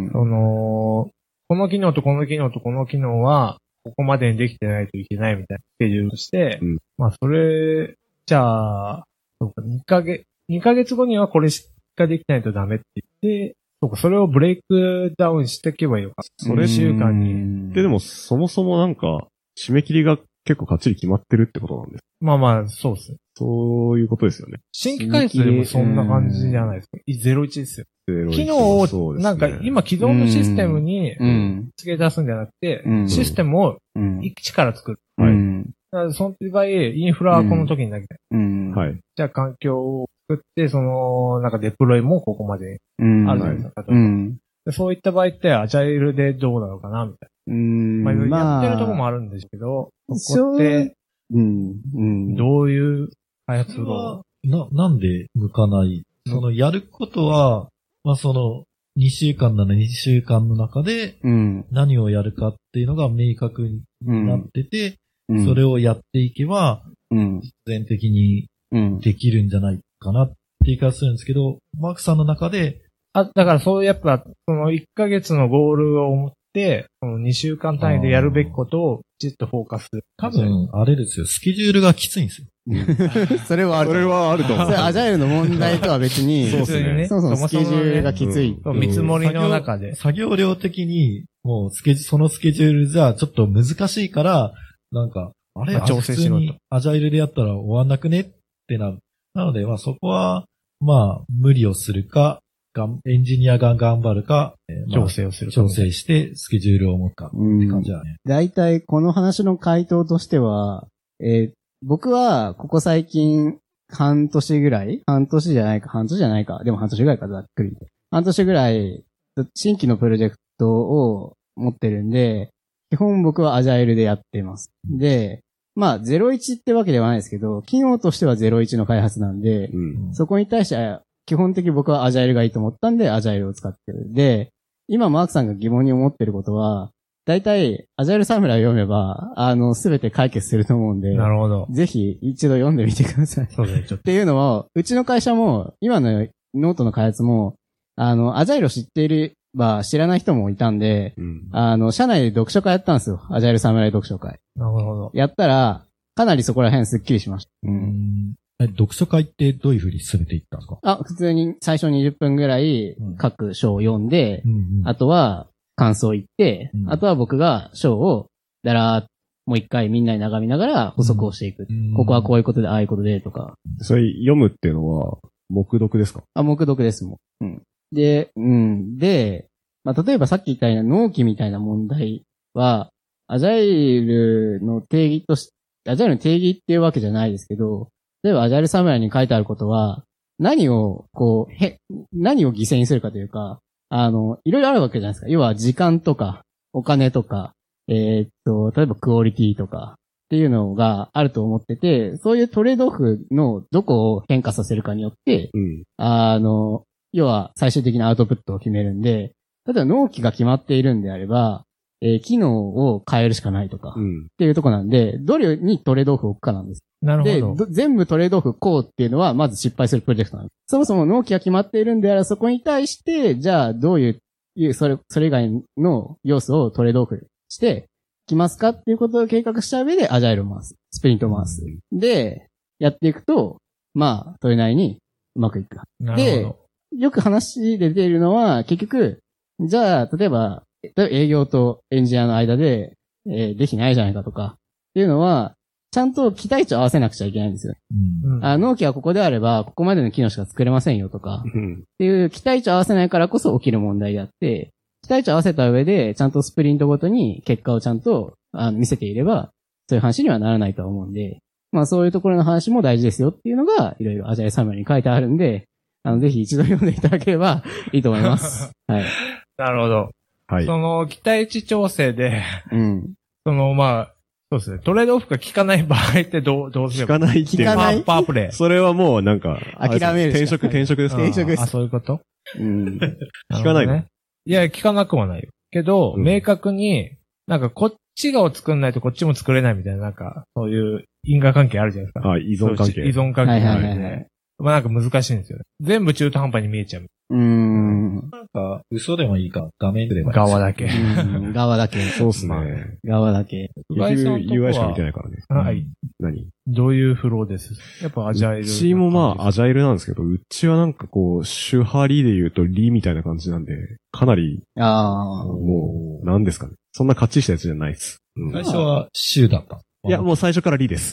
その、この機能とこの機能とこの機能は、ここまでにできてないといけないみたいなスケジュールとして、うん、まあそれ、じゃあ、そうか、にかげつ、にかげつごにはこれしかできないとダメって言って、そうか、それをブレイクダウンしていけばいいのか。それ週間に。 で、でもそもそもなんか、締め切りが結構かっちり決まってるってことなんです。 まあまあ、そうですね。 そういうことですよね。 新規開発でもそんな感じじゃないですか。ゼロイチですよ。機能を、なんか今既存のシステムに付け出すんじゃなくて、システムを一から作る。はい。だからその場合、インフラはこの時にだけ。はい。じゃあ環境を作って、その、なんかデプロイもここまであるじゃないですか。例えば。そういった場合って、アジャイルでどうなのかなみたいな。うん。まあ、やってるとこもあるんですけど、そこって、うん。うん。どういう開発をな、なんで向かない、その、やることは、まあ、その、にしゅうかんならにしゅうかんの中で、何をやるかっていうのが明確になってて、うん、それをやっていけば、うん、必然的にできるんじゃないかなって言い方するんですけど、マークさんの中で、 あ、だからそうやっぱ、そのいっかげつのゴールを持って、そのにしゅうかん単位でやるべきことをきちっとフォーカス。 多分、あれですよ、スケジュールがきついんですよ。 それはある。 それはあると思う。 それアジャイルの問題とは別に、 そうですね。 そもそもスケジュールがきつい。 見積もりの中で。 作業量的に、もうスケジュール、そのスケジュールじゃちょっと難しいから、なんか、あれ、 調整しろと。 アジャイルでやったら終わんなくねってなる。なので、まあそこは、まあ、無理をするか、がんエンジニアが頑張るか、 えーまあ、調整をするか。 調整してスケジュールを持つかって感じだね。 だいたいこの話の回答としては、えー、僕はここ最近半年ぐらい半年じゃないか、半年じゃないか。でも半年ぐらいか、ざっくり。半年ぐらい、新規のプロジェクトを持ってるんで、基本僕はアジャイルでやっています。で、まあ、ゼロイチってわけではないですけど、機能としてはゼロイチの開発なんで、うん、そこに対しては、基本的に僕はアジャイルがいいと思ったんで、アジャイルを使ってる。で、今マークさんが疑問に思ってることは、大体、アジャイルサムライを読めば、あの、すべて解決すると思うんで、 なるほど。 ぜひ一度読んでみてください。 そうですね、ちょっと。 っていうのは、うちの会社も、今のノートの開発も、あの、アジャイルを知っていれば知らない人もいたんで、うん、あの、社内で読書会やったんですよ。アジャイルサムライ読書会。 なるほど。 やったら、 かなりそこら辺スッキリしました。 うん。え、読書会ってどういう風に進めていったんですか？ あ、普通に最初にじゅっぷんぐらい各章を読んで、うんうんうん、あとは感想言って、うん、あとは僕が章をだらーっともう一回みんなに眺めながら補足をしていく。うん、ここはこういうことで、ああいうことで、とか。 それ読むっていうのは、黙読ですか？ あ、黙読ですもん。うん。で、うん。で、まあ、例えばさっき言ったような納期みたいな問題は、アジャイルの定義とし、アジャイルの定義っていうわけじゃないですけど、例えばアジャイルサムライに書いてあることは、何を、こう、へ、何を犠牲にするかというか、あの、いろいろあるわけじゃないですか。要は時間とか、お金とか、えー、っと、例えばクオリティとかっていうのがあると思ってて、そういうトレードオフのどこを変化させるかによって、うん、あの、要は最終的なアウトプットを決めるんで、例えば納期が決まっているんであれば、えー、機能を変えるしかないとか、っていうとこなんで、どれにトレードオフを置くかなんです。 なるほど。 で、全部トレードオフこうっていうのは、まず失敗するプロジェクトなんです。そもそも納期が決まっているんであれば、そこに対して、じゃあどういう、それ、それ以外の要素をトレードオフして、きますかっていうことを計画した上で、アジャイルを回す。スプリントを回す。で、やっていくと、まあ、それなりにうまくいく。 なるほど。 で、よく話で出ているのは、結局、じゃあ、例えば、営業とエンジニアの間で、えー、できないじゃないかとか、っていうのは、ちゃんと期待値を合わせなくちゃいけないんですよ。うん、あ納期はここであれば、ここまでの機能しか作れませんよとか、うん、っていう期待値を合わせないからこそ起きる問題であって、期待値を合わせた上で、ちゃんとスプリントごとに結果をちゃんとあの見せていれば、そういう話にはならないとは思うんで、まあそういうところの話も大事ですよっていうのが、いろいろアジャイルサムライに書いてあるんで、あの、ぜひ一度読んでいただければいいと思います。はい。 なるほど。はい。その、期待値調整で、うん。その、まあ、そうですね。トレードオフが効かない場合ってどう、どうすれば効かないっていう。 効かない。 パワープレイ。 それはもうなんか、 諦める。 転職、転職ですか？ 転職です。 あ、そういうこと？ うん。 効かないの？ いや、効かなくはないよ。けど、うん、明確に、なんかこっちがを作んないとこっちも作れないみたいな、なんか、そういう因果関係あるじゃないですか。 あ、依存関係。 依存関係があるんで、はいはいはいはい。まあなんか難しいんですよね。全部中途半端に見えちゃう。 うーん。 なんか、嘘でもいいか、画面でもいい。 側だけ。 側だけ。 そうっすね。 側だけ。 ユーアイ しか見てないからね。 はい。 何？ どういうフローです？やっぱアジャイル。 うちもまあアジャイルなんですけど、うちはなんかこう、主張りで言うとリみたいな感じなんで、かなり、 ああ。 もう、何ですかね。そんなかっちりしたやつじゃないです。 うん、最初は週だった。 いや、もう最初からリです。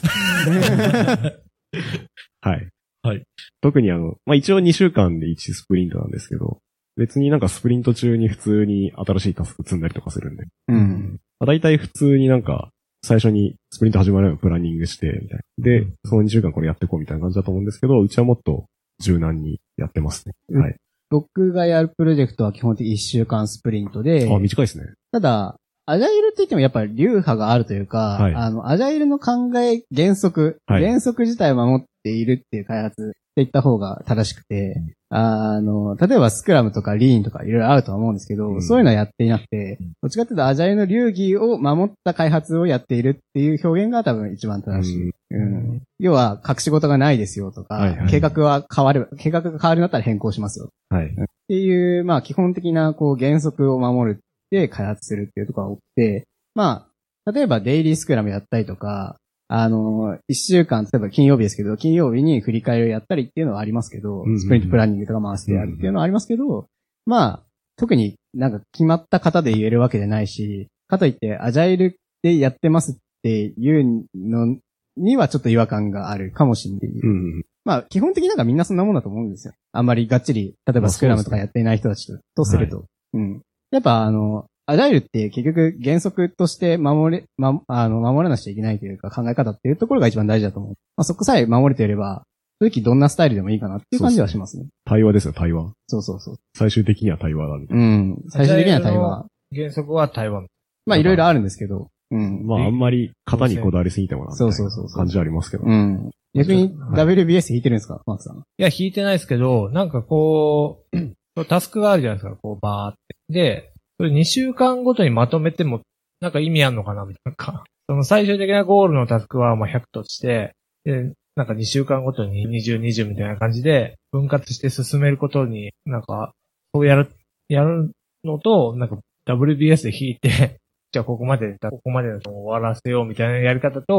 はい。 はい。 特にあの、まあ、一応にしゅうかんでいちスプリントなんですけど、別になんかスプリント中に普通に新しいタスク積んだりとかするんで。 うん。 まあ、大体普通になんか、最初にスプリント始まるのをプランニングして、みたいな。で、うん、そのにしゅうかんこれやっていこうみたいな感じだと思うんですけど、うちはもっと柔軟にやってますね。はい。 僕がやるプロジェクトは基本的にいっしゅうかんスプリントで。 あ、短いですね。 ただ、アジャイルって言ってもやっぱり流派があるというか、はい、あの、アジャイルの考え、原則、はい、原則自体を守っているっていう開発って言った方が正しくて、うん、あの、例えばスクラムとかリーンとかいろいろあるとは思うんですけど、うん、そういうのはやっていなくて、うん、どっちかっていうとアジャイルの流儀を守った開発をやっているっていう表現が多分一番正しい。うんうん、要は、隠し事がないですよとか、はいはい、計画は変わる、計画が変わるんだったら変更しますよ。 はい、 っていう、まあ基本的なこう原則を守るで開発するっていうところが多くて、まあ、例えばデイリースクラムやったりとか、あの、一週間、例えば金曜日ですけど、金曜日に振り返りをやったりっていうのはありますけど、うんうんうん、スプリントプランニングとか回してやるっていうのはありますけど、うんうん、まあ、特になんか決まった型で言えるわけじゃないし、かといってアジャイルでやってますっていうのにはちょっと違和感があるかもしれない。うんうん、まあ、基本的になんかみんなそんなもんだと思うんですよ。あんまりがっちり、例えばスクラムとかやっていない人たちとすると。はい、うん。やっぱあの、アジャイルって結局原則として守れ、ま、あの、守らなくちゃいけないというか考え方っていうところが一番大事だと思う。まあ、そこさえ守れていれば、正直どんなスタイルでもいいかなっていう感じはしますね。 対話ですよ、対話。 そうそうそう。 最終的には対話だみたいな。うん。最終的には対話。 原則は対話。 まあいろいろあるんですけど。うん。 まああんまり型にこだわりすぎてもな。 そうそうそう。 感じはありますけど。 うん。逆に ダブリュービーエス 引いてるんですか、マークさん。いや、引いてないですけど、なんかこう、タスクがあるじゃないですか、こうバーって。で、それにしゅうかんごとにまとめても、なんか意味あんのかなみたいな。その最終的なゴールのタスクはまあひゃくとして、で、なんかにしゅうかんごとににじゅう、にじゅうみたいな感じで分割して進めることに、なんか、そうやる、やるのと、なんか ダブリュービーエス で引いて、じゃあここまで、ここまでの終わらせようみたいなやり方と、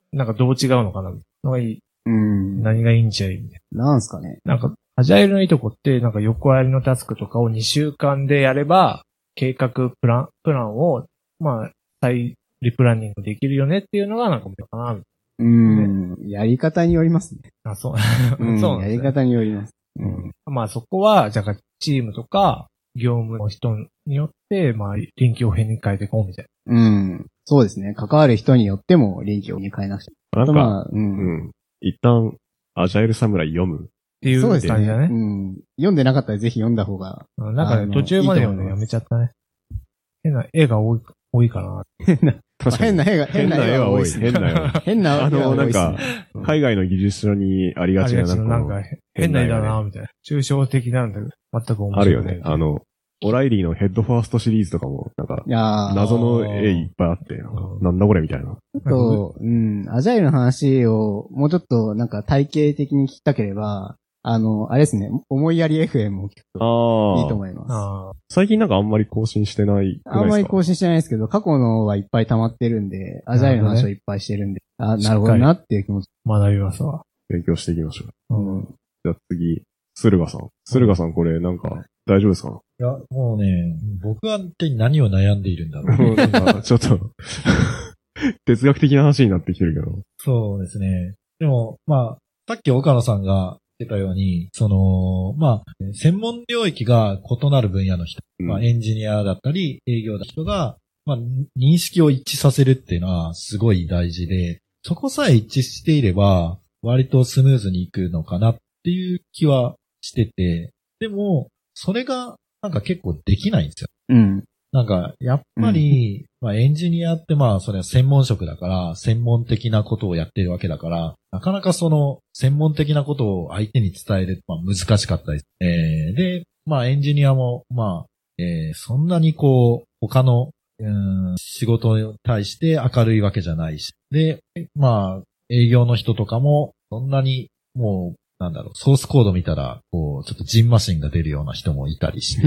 なんかどう違うのかなのがいい。うん。何がいいんじゃいみたいな。なんすかね。 なんか、アジャイルのいいとこって、なんか横やりのタスクとかをにしゅうかんでやれば、計画プラン、プランを、まあ、再リプランニングできるよねっていうのがなんか見ようかな。 うん、ね。やり方によりますね。 あ、そう。 うん、そう、ね。やり方によります。 うん。まあそこは、じゃあチームとか、業務の人によって、まあ、臨機応変に変えていこうみたいな。うん。そうですね。関わる人によっても臨機応変に変えなくちゃ。 なんか、まあ、うん、うん。一旦、アジャイル侍読む。 っていう感じだね。 そうですね。うん。読んでなかったらぜひ読んだ方が。 なんかね、途中まで読んでやめちゃったね。変な絵が多い、多いかな。 変な、変な絵が、変な絵が多い。 変な絵が多い。 変な絵が多い。 あの、なんか、海外の技術書にありがちな、 なんか、変な絵だな、みたいな。抽象的なんだけど、全く面白い。 あるよね。あの、オライリーのヘッドファーストシリーズとかも、なんか、謎の絵いっぱいあって、なんかなんだこれみたいな。ちょっと、うん、アジャイルの話をもうちょっとなんか体系的に聞きたければ、あの、あれですね、思いやり エフエム を聞くといいと思います。 最近なんかあんまり更新してないくないですか？ あんまり更新してないですけど、過去のはいっぱい溜まってるんで、アジャイルの話をいっぱいしてるんで、あ、なるほどなっていう気持ち。 学びますわ。 勉強していきましょう。うん。 じゃあ次、駿河さん。駿河さんこれなんか大丈夫ですか？ いや、もうね、僕は一体何を悩んでいるんだろう。 なんかちょっと、哲学的な話になってきてるけど。 そうですね。でも、まあ、さっき岡野さんが言ってたように、その、まあ、専門領域が異なる分野の人、うん、まあ、エンジニアだったり、営業だ人が、まあ、認識を一致させるっていうのはすごい大事で、そこさえ一致していれば、割とスムーズにいくのかなっていう気はしてて、でも、それがなんか結構できないんですよ。 うん。 なんか、やっぱり、うん、まあエンジニアってまあそれは専門職だから、専門的なことをやってるわけだから、なかなかその専門的なことを相手に伝える、まあ難しかったです。えー、で、まあエンジニアも、まあ、えー、そんなにこう、他の、うん、仕事に対して明るいわけじゃないし。で、まあ、営業の人とかも、そんなにもう、なんだろう、ソースコード見たら、こう、ちょっとジンマシンが出るような人もいたりして、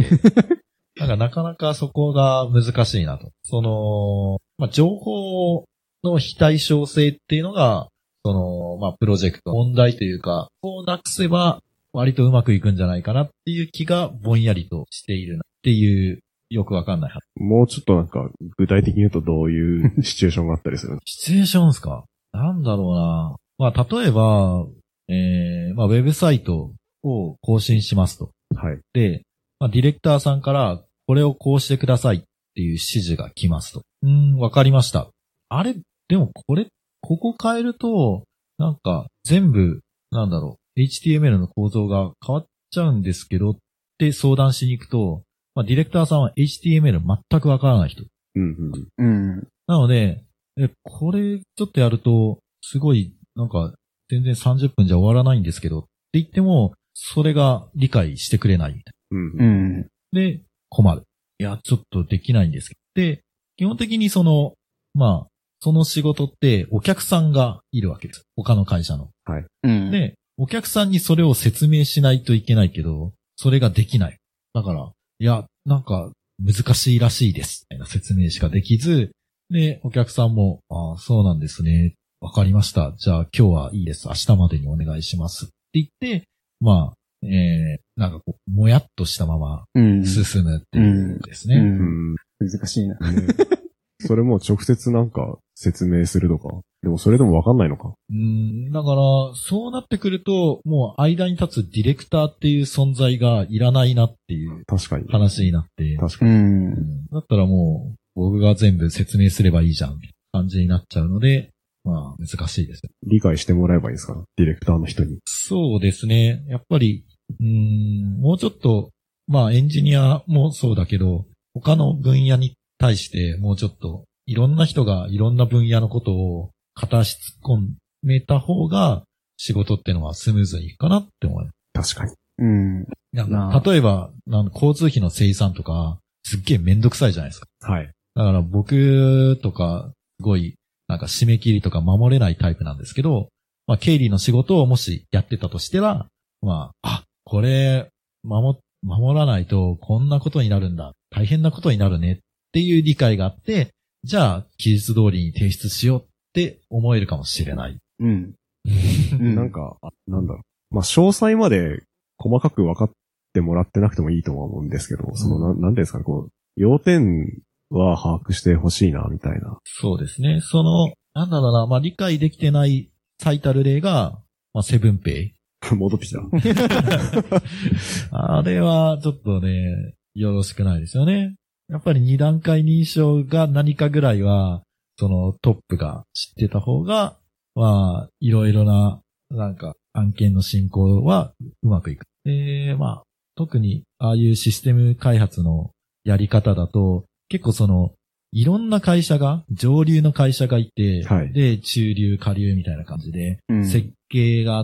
なんかなかなかそこが難しいなと。その、まあ、情報の非対称性っていうのが、その、まあ、プロジェクト、問題というか、こうなくせば割とうまくいくんじゃないかなっていう気がぼんやりとしているなっていう、よくわかんない話。 もうちょっとなんか、具体的に言うとどういうシチュエーションがあったりするシチュエーションですか？なんだろうな。まあ、例えば、えー、まあ、ウェブサイトを更新しますと。 はい。 で、まあ、ディレクターさんから、これをこうしてくださいっていう指示が来ますと。うーん、わかりました。あれ、でもこれ、ここ変えると、なんか、全部、なんだろう、エイチティーエムエル の構造が変わっちゃうんですけどって相談しに行くと、まあ、ディレクターさんは エイチティーエムエル 全くわからない人。 うんうん。うん。 なので、え、これちょっとやると、すごい、なんか、全然さんじゅっぷんじゃ終わらないんですけどって言っても、それが理解してくれないみたいな。うん。 で、困る。いや、ちょっとできないんですけど。で、基本的にその、まあ、その仕事ってお客さんがいるわけです。他の会社の。 はい。 うん、 で、お客さんにそれを説明しないといけないけど、それができない。だから、いや、なんか難しいらしいです。みたいな説明しかできず、で、お客さんも、ああ、そうなんですね。わかりました。じゃあ今日はいいです。明日までにお願いします。って言って、まあ、えー、なんかこう、もやっとしたまま進むっていうですね。 うんうんうん、難しいな。ね、 それも直接なんか説明するとか。でもそれでもわかんないのか。 うん、だから、そうなってくると、もう間に立つディレクターっていう存在がいらないなっていう話になって。 確かに。 うん 、だったらもう、僕が全部説明すればいいじゃん、感じになっちゃうので、まあ、難しいですよ。 理解してもらえばいいですか？ディレクターの人に。 そうですね。やっぱり、うーん、もうちょっと、まあエンジニアもそうだけど、他の分野に対してもうちょっと、いろんな人がいろんな分野のことを片足突っ込めた方が、仕事ってのはスムーズにいくかなって思います。確かに。 うん。 例えば、交通費の生産とか、すっげえめんどくさいじゃないですか。 はい。 だから僕とか、すごい、なんか締め切りとか守れないタイプなんですけど、まあ経理の仕事をもしやってたとしては、まあ、あ、これ、守、守らないとこんなことになるんだ。大変なことになるねっていう理解があって、じゃあ、期日通りに提出しようっって思えるかもしれない。 うん。 なんか、なんだろう。まあ、詳細まで細かく分かってもらってなくてもいいとは思うんですけど、うん、その、な、なんですかね、こう、要点は把握してほしいな、みたいな。 そうですね。その、なんだろうな、まあ、理解できてない最たる例が、まあ、セブンペイ。 戻ってきた。 あれは、ちょっとね、よろしくないですよね。やっぱり二段階認証が何かぐらいは、そのトップが知ってた方が、まあ、いろいろな、なんか、案件の進行はうまくいく。で、まあ、特に、ああいうシステム開発のやり方だと、結構その、いろんな会社が、上流の会社がいて、はい、で、中流、下流みたいな感じで、うん、設計があって、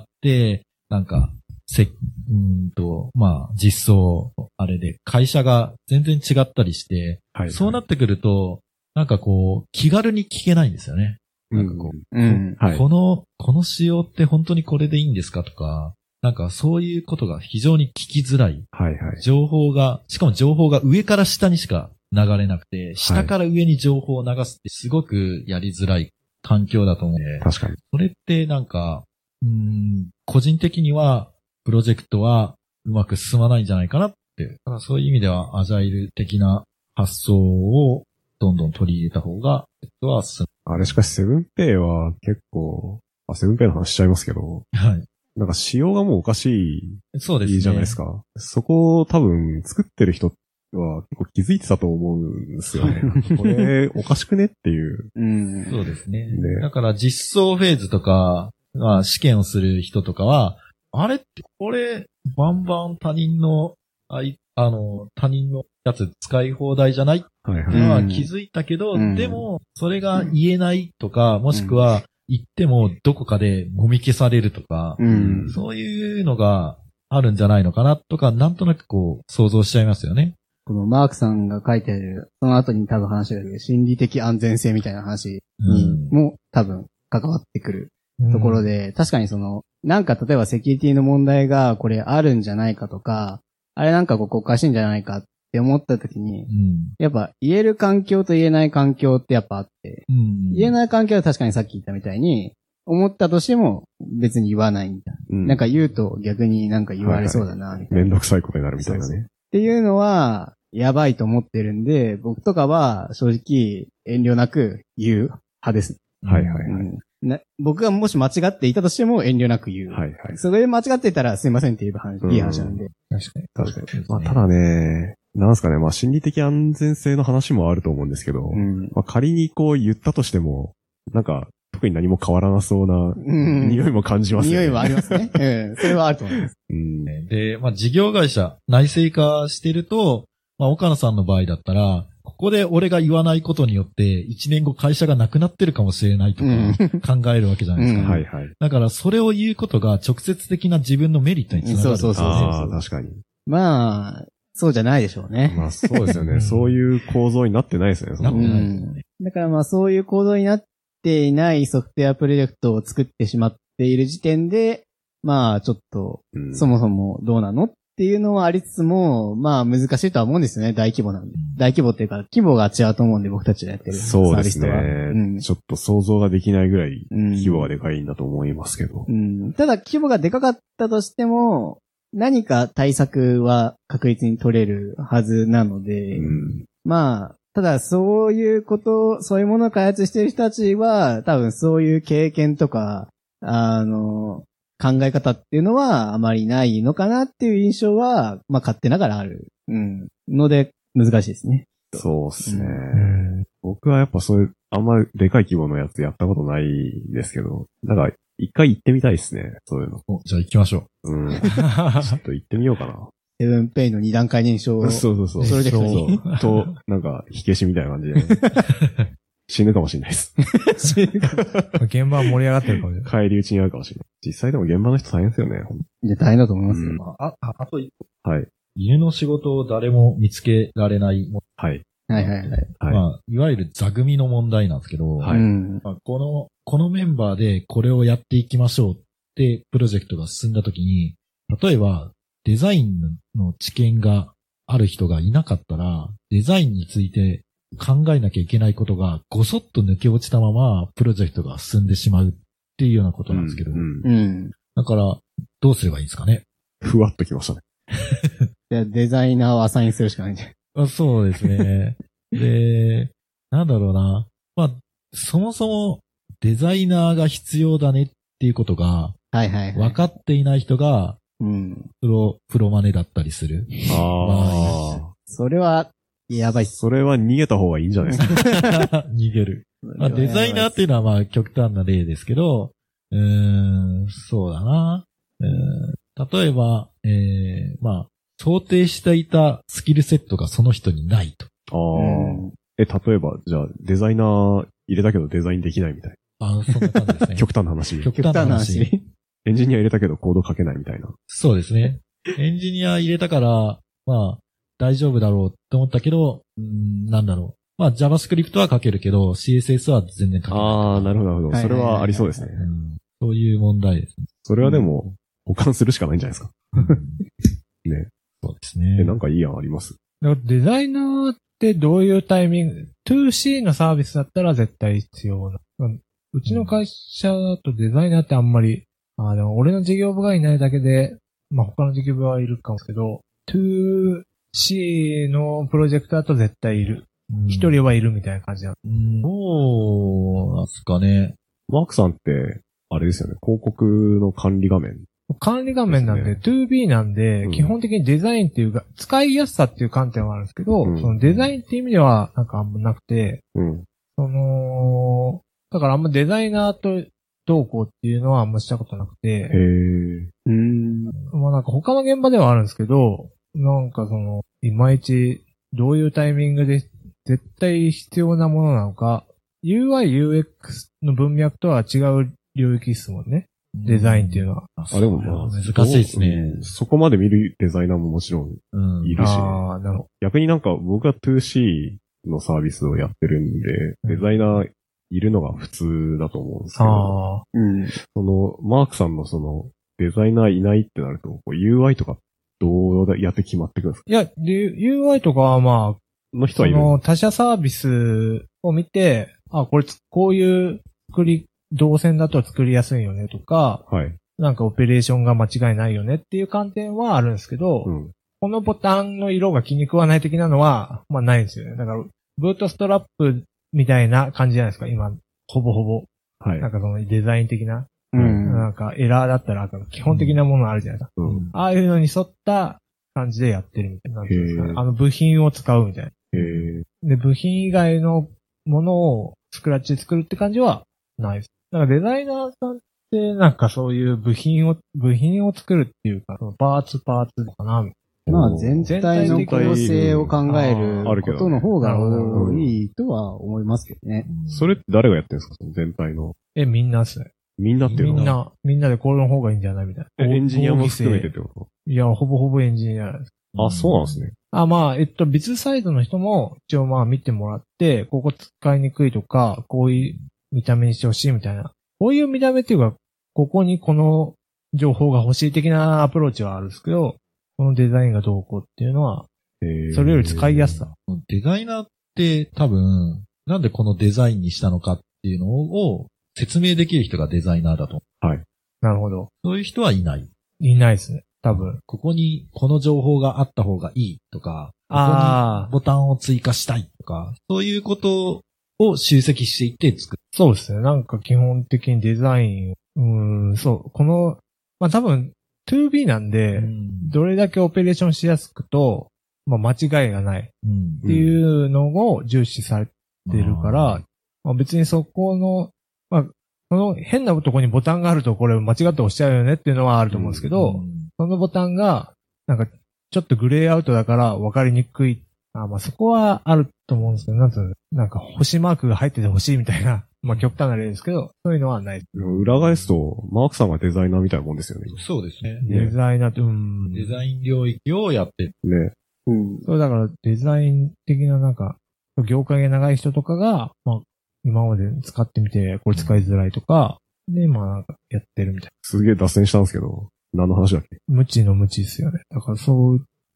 なんか、せ、うんと、まあ、実装、あれで、会社が全然違ったりして、はいはい、そうなってくると、なんかこう、気軽に聞けないんですよね。なんかこう、 うんうんはい、 この、この仕様って本当にこれでいいんですかとか、なんかそういうことが非常に聞きづらい。 はいはい、 情報が、しかも情報が上から下にしか流れなくて、下から上に情報を流すってすごくやりづらい環境だと思うんで。 確かに。 それってなんか、うーん、個人的には、プロジェクトはうまく進まないんじゃないかなって。だからそういう意味では、アジャイル的な発想をどんどん取り入れた方が、は進む。あれしかしセブンペイは結構、あ、セブンペイの話しちゃいますけど、 はい。 なんか仕様がもうおかしい。 そうですね。 いいじゃないですか。そこを多分作ってる人は結構気づいてたと思うんですよね。これおかしくねっていう。 うん。 そうですね。ねだから実装フェーズとか、まあ試験をする人とかは、あれって、これ、バンバン他人の、あい、あの、他人のやつ使い放題じゃないっていうのは気づいたけど、はいはい、でも、それが言えないとか、もしくは、言ってもどこかで揉み消されるとか、 うん、 そういうのがあるんじゃないのかなとか、なんとなくこう、想像しちゃいますよね。 このマークさんが書いてある、その後に多分話が出る心理的安全性みたいな話にも多分関わってくるところで、うん、確かにその、なんか例えばセキュリティの問題がこれあるんじゃないかとか、あれなんかここおかしいんじゃないかって思った時に、 うん、 やっぱ言える環境と言えない環境ってやっぱあって、 うん、 言えない環境は確かにさっき言ったみたいに、思ったとしても別に言わないみたいな。うん、なんか言うと逆になんか言われそうだな、みたいな。 めんどくさいことになるみたいなね。 そうそうっていうのは、やばいと思ってるんで、僕とかは正直遠慮なく言う派です。 はいはいはい。 うんな僕がもし間違っていたとしても遠慮なく言う。 はいはい。 それで間違っていたらすいませんって言えば話、うん、いい話なんで。 確かに。確かに。まあただね、なんすかね、まあ心理的安全性の話もあると思うんですけど、 うん、 まあ仮にこう言ったとしても、なんか特に何も変わらなそうな匂いも感じますね、 うん。匂いはありますね。うん。それはあると思います。 うん、 で、まあ事業会社、内製化してると、まあ岡野さんの場合だったら、ここで俺が言わないことによって、一年後会社がなくなってるかもしれないとか考えるわけじゃないですか。 うん、はいはい。 だからそれを言うことが直接的な自分のメリットにつながる。 そうそうそう。 ああ、確かに。 まあ、そうじゃないでしょうね。 まあそうですよね。そういう構造になってないですね。 なってないですよね。 だからまあそういう構造になっていないソフトウェアプロジェクトを作ってしまっている時点で、まあちょっと、そもそもどうなのっていうのはありつつも、まあ難しいとは思うんですよね。大規模なんで。大規模っていうか、規模が違うと思うんで僕たちがやってるサービスとは。 そうですね、うん。ちょっと想像ができないぐらい規模がでかいんだと思いますけど。 うん、ただ規模がでかかったとしても、何か対策は確実に取れるはずなので、 うん、 まあ、ただそういうこと、そういうものを開発している人たちは、多分そういう経験とか、あの、考え方っていうのはあまりないのかなっていう印象は、まあ勝手ながらある。うん。ので、難しいですね。 そうですね、 うん。 僕はやっぱそういう、あんまりでかい規模のやつやったことないですけど、なんか一回行ってみたいですね、そういうの。 お、じゃあ行きましょう。うん。ちょっと行ってみようかな。 セブンペイの二段階認証。 そうそうそう。 それでそう。 と、なんか、火消しみたいな感じで、ね。死ぬかもしれないです。 現場は盛り上がってるかもしれない。 帰り討ちにあるかもしれない。実際でも現場の人大変ですよね。 いや、大変だと思いますよ。うん、 あ、あ、あと一個。はい。 犬の仕事を誰も見つけられないも。 はい。 はいはいはい。 はい、 まあ、いわゆる座組の問題なんですけど、 はい。 まあ、この、このメンバーでこれをやっていきましょうってプロジェクトが進んだときに、例えばデザインの知見がある人がいなかったら、デザインについて考えなきゃいけないことがごそっと抜け落ちたままプロジェクトが進んでしまうっていうようなことなんですけど。うんうん、だから、どうすればいいんですかね。 ふわっときましたね。 じゃあデザイナーをアサインするしかないんじゃないあそうですね。で、なんだろうな。まあ、そもそもデザイナーが必要だねっていうことが、はいはいはい。分かっていない人が、うん。プロ、プロマネだったりする。 ああ。それは、やばい。 それは逃げた方がいいんじゃないですか。 逃げる。まあ、デザイナーっていうのはまあ極端な例ですけど、うーん、そうだな。うーん例えば、えー、まあ、想定していたスキルセットがその人にないと。ああ。え、例えば、じゃあ、デザイナー入れたけどデザインできないみたいな。ああ、そんな感じですね。 極端な話。 極端な話。 エンジニア入れたけどコード書けないみたいな。 そうですね。エンジニア入れたから、まあ、大丈夫だろうって思ったけど、うん、なんだろう。まあ、JavaScript は書けるけど、シーエスエス は全然書けない。 ああ、なるほど、なるほど。それはありそうですね。 そういう問題ですね。 それはでも、保管するしかないんじゃないですか。ね。 そうですね。 え、なんかいい案あります？ デザイナーってどういうタイミング、ツーシー のサービスだったら絶対必要な。うちの会社だとデザイナーってあんまり、あでも俺の事業部がいないだけで、まあ他の事業部はいるかもですけど、ツーシー のプロジェクトだと絶対いる。一、うん、人はいるみたいな感じなの。 うん、そうなんすかね。 マークさんって、あれですよね、広告の管理画面。 管理画面なんで、ね、ツービー なんで、うん、基本的にデザインっていうか、使いやすさっていう観点はあるんですけど、うん、そのデザインっていう意味ではなんかあんまなくて、うん、その、だからあんまデザイナーとどうこうっていうのはあんましたことなくて、へー。うん。まあなんか他の現場ではあるんですけど、なんかその、いまいちどういうタイミングで絶対必要なものなのか、ユーアイ、ユーエックス の文脈とは違う領域ですもんね。デザインっていうのは。 あ、でもまあ、 難しいですね。 そこまで見るデザイナーももちろんいるし、ね、うん、あなるほど。逆になんか僕は ツーシー のサービスをやってるんで、デザイナーいるのが普通だと思うんですけど、あうん、その、マークさんのその、デザイナーいないってなると、ユーアイ とかどうやって決まってくるんですか？ いや、ユーアイ とかはまあ、 の人はいる。 その他社サービスを見て、あ、これ、こういう作り、動線だと作りやすいよねとか、はい。なんかオペレーションが間違いないよねっていう観点はあるんですけど、うん、このボタンの色が気に食わない的なのは、まあないんですよね。だから、ブートストラップみたいな感じじゃないですか、今、ほぼほぼ。はい。なんかそのデザイン的な。うん。なんかエラーだったら、基本的なものあるじゃないですか。うん。ああいうのに沿った感じでやってるみたいな。なんていうんですかね。あの部品を使うみたいな。へー。で、部品以外のものをスクラッチで作るって感じはないです。だからデザイナーさんってなんかそういう部品を、部品を作るっていうか、パーツパーツかなみたいな。 まあ全体の構成を考えることの方が多いとは思いますけどね。 それって誰がやってるんですか？その全体の。 え、みんなですね。 みんなっていうのはみんな、みんなでこれの方がいいんじゃないみたいな。 エンジニアも含めてってこと？ いや、ほぼほぼエンジニアです。 あ、そうなんですね。 あ、まあ、えっと、ビズサイドの人も一応まあ見てもらって、ここ使いにくいとか、こういう見た目にしてほしいみたいな。こういう見た目っていうか、ここにこの情報が欲しい的なアプローチはあるんですけど、このデザインがどうこうっていうのは、それより使いやすさ。 デザイナーって多分、なんでこのデザインにしたのかっていうのを説明できる人がデザイナーだと。 はい。なるほど。 そういう人はいない。 いないですね。多分。 ここにこの情報があった方がいいとか、ここにボタンを追加したいとか、そういうことを集積していって作る。 そうですね。なんか基本的にデザイン、うーん、そう、この、まあ多分 ツービー なんで、どれだけオペレーションしやすくと、まあ間違いがないっていうのを重視されてるから、まあ、別にそこの、まあ、その変なとこにボタンがあるとこれ間違って押しちゃうよねっていうのはあると思うんですけど、そのボタンが、なんか、ちょっとグレーアウトだから分かりにくい。あまあそこはあると思うんですけど、なんつうの、なんか星マークが入っててほしいみたいな、まあ極端な例ですけど、そういうのはない。 裏返すと、マークさんがデザイナーみたいなもんですよね。 そうですね。 デザイナーって、うん。 デザイン領域をやってね。 うん。そうだからデザイン的ななんか、業界が長い人とかが、まあ、今まで使ってみて、これ使いづらいとか、で、まあなんかやってるみたいな。 すげえ脱線したんですけど、何の話だっけ？ 無知の無知ですよね。だからそう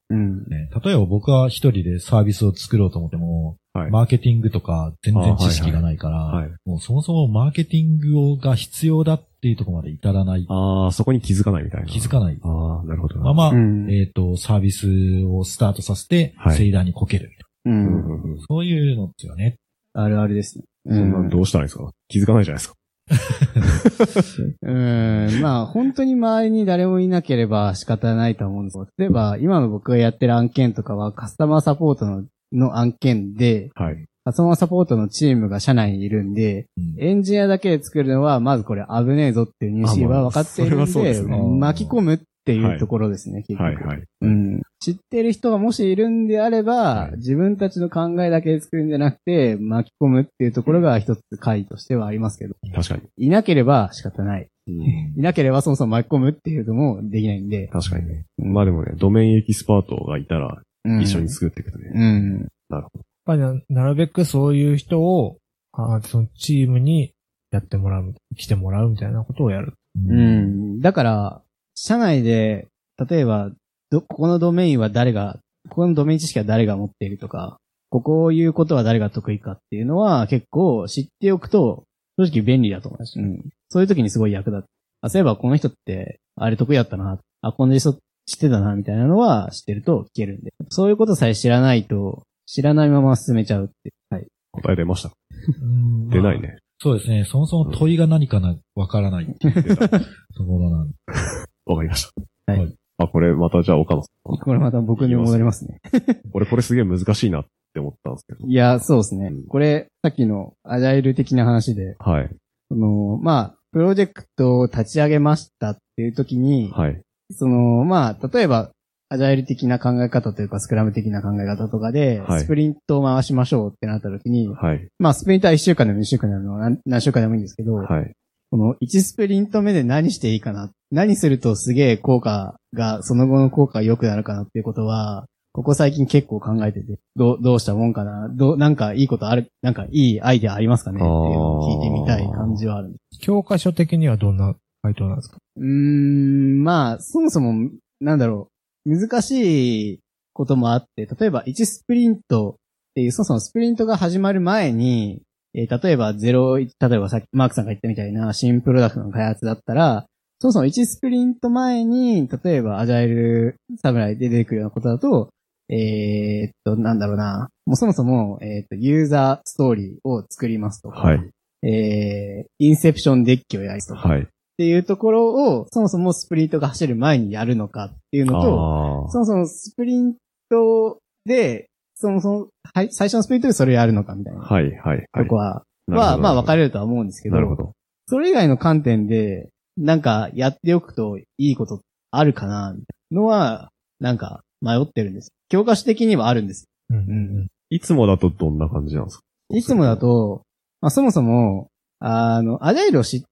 うん。 ね、例えば僕は一人でサービスを作ろうと思っても、はい、マーケティングとか全然知識がないから、はいはい、もうそもそもマーケティングが必要だっていうところまで至らない。 ああ、そこに気づかないみたいな。 気づかない。 ああ、なるほど。 まあまあ、うん、えっ、ー、と、サービスをスタートさせて、セイダーにこけるみたいな、はいうん。そういうのですよね。 あるあるですね。 そんなんどうしたらいいですか？気づかないじゃないですか。 うーん、まあ本当に周りに誰もいなければ仕方ないと思うんですけど、例えば今の僕がやってる案件とかはカスタマーサポートのの案件で、はい、カスタマーサポートのチームが社内にいるんで、うん、エンジニアだけで作るのはまずこれ危ねえぞっていう認識は分かっているんで、でね、巻き込むっていうところですね、はい、結局、はいはいうん。知ってる人がもしいるんであれば、はい、自分たちの考えだけで作るんじゃなくて、巻き込むっていうところが一つ回としてはありますけど。 確かに。 いなければ仕方ない。うん、いなければそもそも巻き込むっていうのもできないんで。 確かにね。うん、まあでもね、ドメインエキスパートがいたら、一緒に作っていくとね。うん。うん、なるほど。 やっぱりなるべくそういう人を、あそのチームにやってもらう、来てもらうみたいなことをやる。 うん。だから、社内で、例えば、ど、ここのドメインは誰が、ここのドメイン知識は誰が持っているとか、ここを言うことは誰が得意かっていうのは結構知っておくと、正直便利だと思います。うん。そういう時にすごい役立つ。あ、そういえばこの人って、あれ得意だったな、あ、この人知ってたな、みたいなのは知ってると聞けるんで。そういうことさえ知らないと、知らないまま進めちゃうって。はい。 答え出ました。出ないね、まあ。 そうですね。そもそも問いが何かな、わからないっていうところなんで。 わかりました。はい。あ、これまたじゃあ岡野さん。 これまた僕に戻りますね。 俺これすげえ難しいなって思ったんですけど。 いや、そうですね。うん、これ、さっきのアジャイル的な話で。はい。その、まあ、プロジェクトを立ち上げましたっていう時に、はい。その、まあ、例えば、アジャイル的な考え方というか、スクラム的な考え方とかで、はい、スプリントを回しましょうってなった時に、はい。まあ、スプリントはいっしゅうかんでもにしゅうかんでも何、何週間でもいいんですけど、はい。このいちスプリント目で何していいかな、何するとすげえ効果が、その後の効果が良くなるかなっていうことは、ここ最近結構考えてて、どう、どうしたもんかな、どう、なんかいいことある、なんかいいアイデアありますかねっていうのを聞いてみたい感じはあるんです。 教科書的にはどんな回答なんですか？ うーん、まあ、そもそも、なんだろう、難しいこともあって、例えばいちスプリントっていう、そもそもスプリントが始まる前に、えー、例えばゼロ、例えばさっきマークさんが言ったみたいな新プロダクトの開発だったら、そもそもいちスプリント前に、例えばアジャイルサムライで出てくるようなことだと、えー、っと、なんだろうな。もうそもそも、えー、っと、ユーザーストーリーを作りますとか、はい、えー、インセプションデッキをやるとか、はい、っていうところを、そもそもスプリントが走る前にやるのかっていうのと、そもそもスプリントで、そもそも、はい、最初のスプリントでそれやるのかみたいな。はい、はい、はい。とこは、は、まあ分かれるとは思うんですけど、なるほど。それ以外の観点で、なんかやっておくといいことあるかな、みたいなのは、なんか迷ってるんです。教科書的にはあるんです。うんうんうん。 いつもだとどんな感じなんですか？ いつもだと、まあそもそも、あの、アジャイルを知って、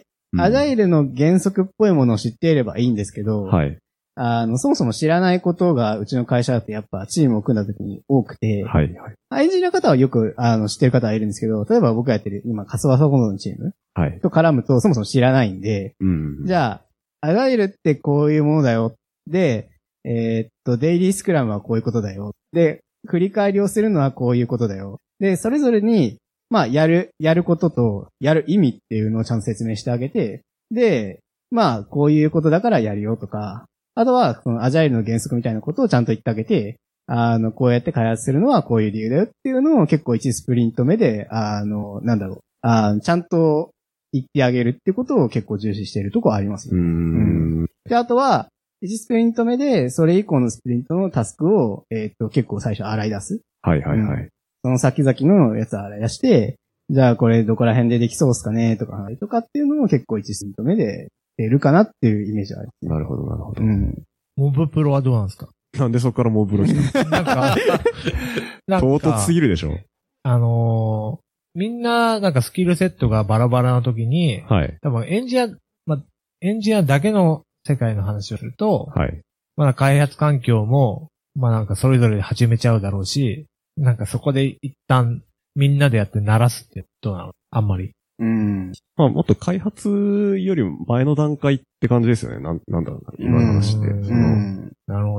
うん、アジャイルの原則っぽいものを知っていればいいんですけど、はい。あの、そもそも知らないことがうちの会社だとやっぱチームを組んだ時に多くて、はい、はい。エンジニアの方はよく、あの、知ってる方はいるんですけど、例えば僕がやってる今、カスワサコンドのチームはい。と絡むとそもそも知らないんで、うん。じゃあ、アジャイルってこういうものだよ。で、えー、っと、デイリースクラムはこういうことだよ。で、振り返りをするのはこういうことだよ。で、それぞれに、まあ、やる、やることと、やる意味っていうのをちゃんと説明してあげて、で、まあ、こういうことだからやるよとか、あとは、そのアジャイルの原則みたいなことをちゃんと言ってあげて、あの、こうやって開発するのはこういう理由だよっていうのを結構いちスプリント目で、あの、なんだろう、あちゃんと言ってあげるってことを結構重視しているところありますね。うーん、うん。で、あとは、いちスプリント目で、それ以降のスプリントのタスクを、えっと、結構最初洗い出す。はいはいはい。うん、その先々のやつを洗い出して、じゃあこれどこら辺でできそうっすかねとか、とかっていうのも結構いちスプリント目で出るかなっていうイメージはあります、ね。 なるほどなるほど。うん。 モブプロはどうなんですか？ なんでそこからモブプロしたの？なんか、なんか、唐突すぎるでしょ。 あのー、みんななんかスキルセットがバラバラな時に、はい。多分エンジニア、まあ、エンジニアだけの世界の話をすると、はい。まだ開発環境も、まあなんかそれぞれ始めちゃうだろうし、なんかそこで一旦みんなでやって鳴らすってどうなの？あんまり。 うん。まあもっと開発よりも前の段階って感じですよね。なん、なんだろうな、今の話って。 うん。うん。なるほど。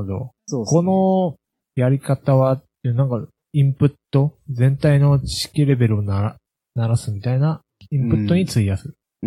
そうですね、このやり方は、なんか、インプット、全体の知識レベルをなら、鳴らすみたいな、インプットに費やす。 うん。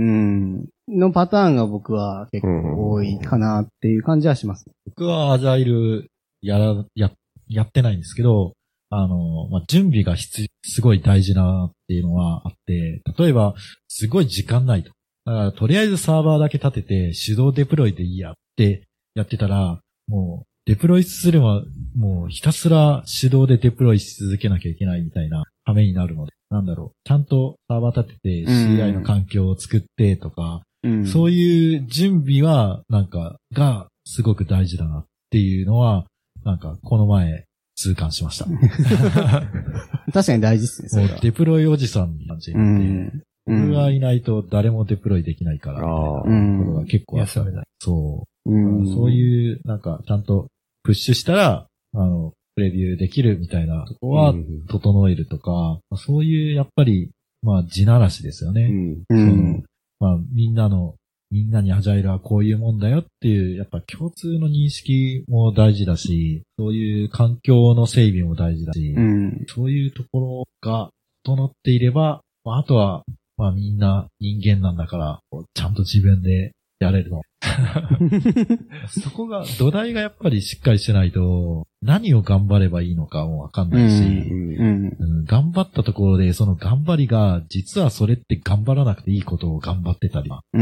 のパターンが僕は結構多いかなっていう感じはします。 僕はアジャイルやら、や、やってないんですけど、あの、まあ、準備が必要、すごい大事なっていうのはあって、例えば、すごい時間ないと。だから、とりあえずサーバーだけ立てて、手動デプロイでいいやってやってたら、もう、デプロイするは、もうひたすら手動でデプロイし続けなきゃいけないみたいな羽目になるので、なんだろう。ちゃんとサーバー立てて シーアイ の環境を作ってとか、うん、そういう準備は、なんか、がすごく大事だなっていうのは、なんか、この前、痛感しました。 確かに大事っすね、それは。 もうデプロイおじさんに感じて、うん、僕がいないと誰もデプロイできないから、うん、これが結構あった。そう、うん。そういう、なんか、ちゃんとプッシュしたら、あの、プレビューできるみたいなとこは、整えるとか、うん、そういう、やっぱり、まあ、地ならしですよね。うん、そのまあ、みんなの、みんなにアジャイルはこういうもんだよっていう、やっぱ共通の認識も大事だし、そういう環境の整備も大事だし、うん、そういうところが整っていれば、まあ、あとは、まあみんな人間なんだから、ちゃんと自分でやれるの。そこが、土台がやっぱりしっかりしてないと、何を頑張ればいいのかもわかんないし、うんうん、頑張ったところで、その頑張りが、実はそれって頑張らなくていいことを頑張ってたり、うん、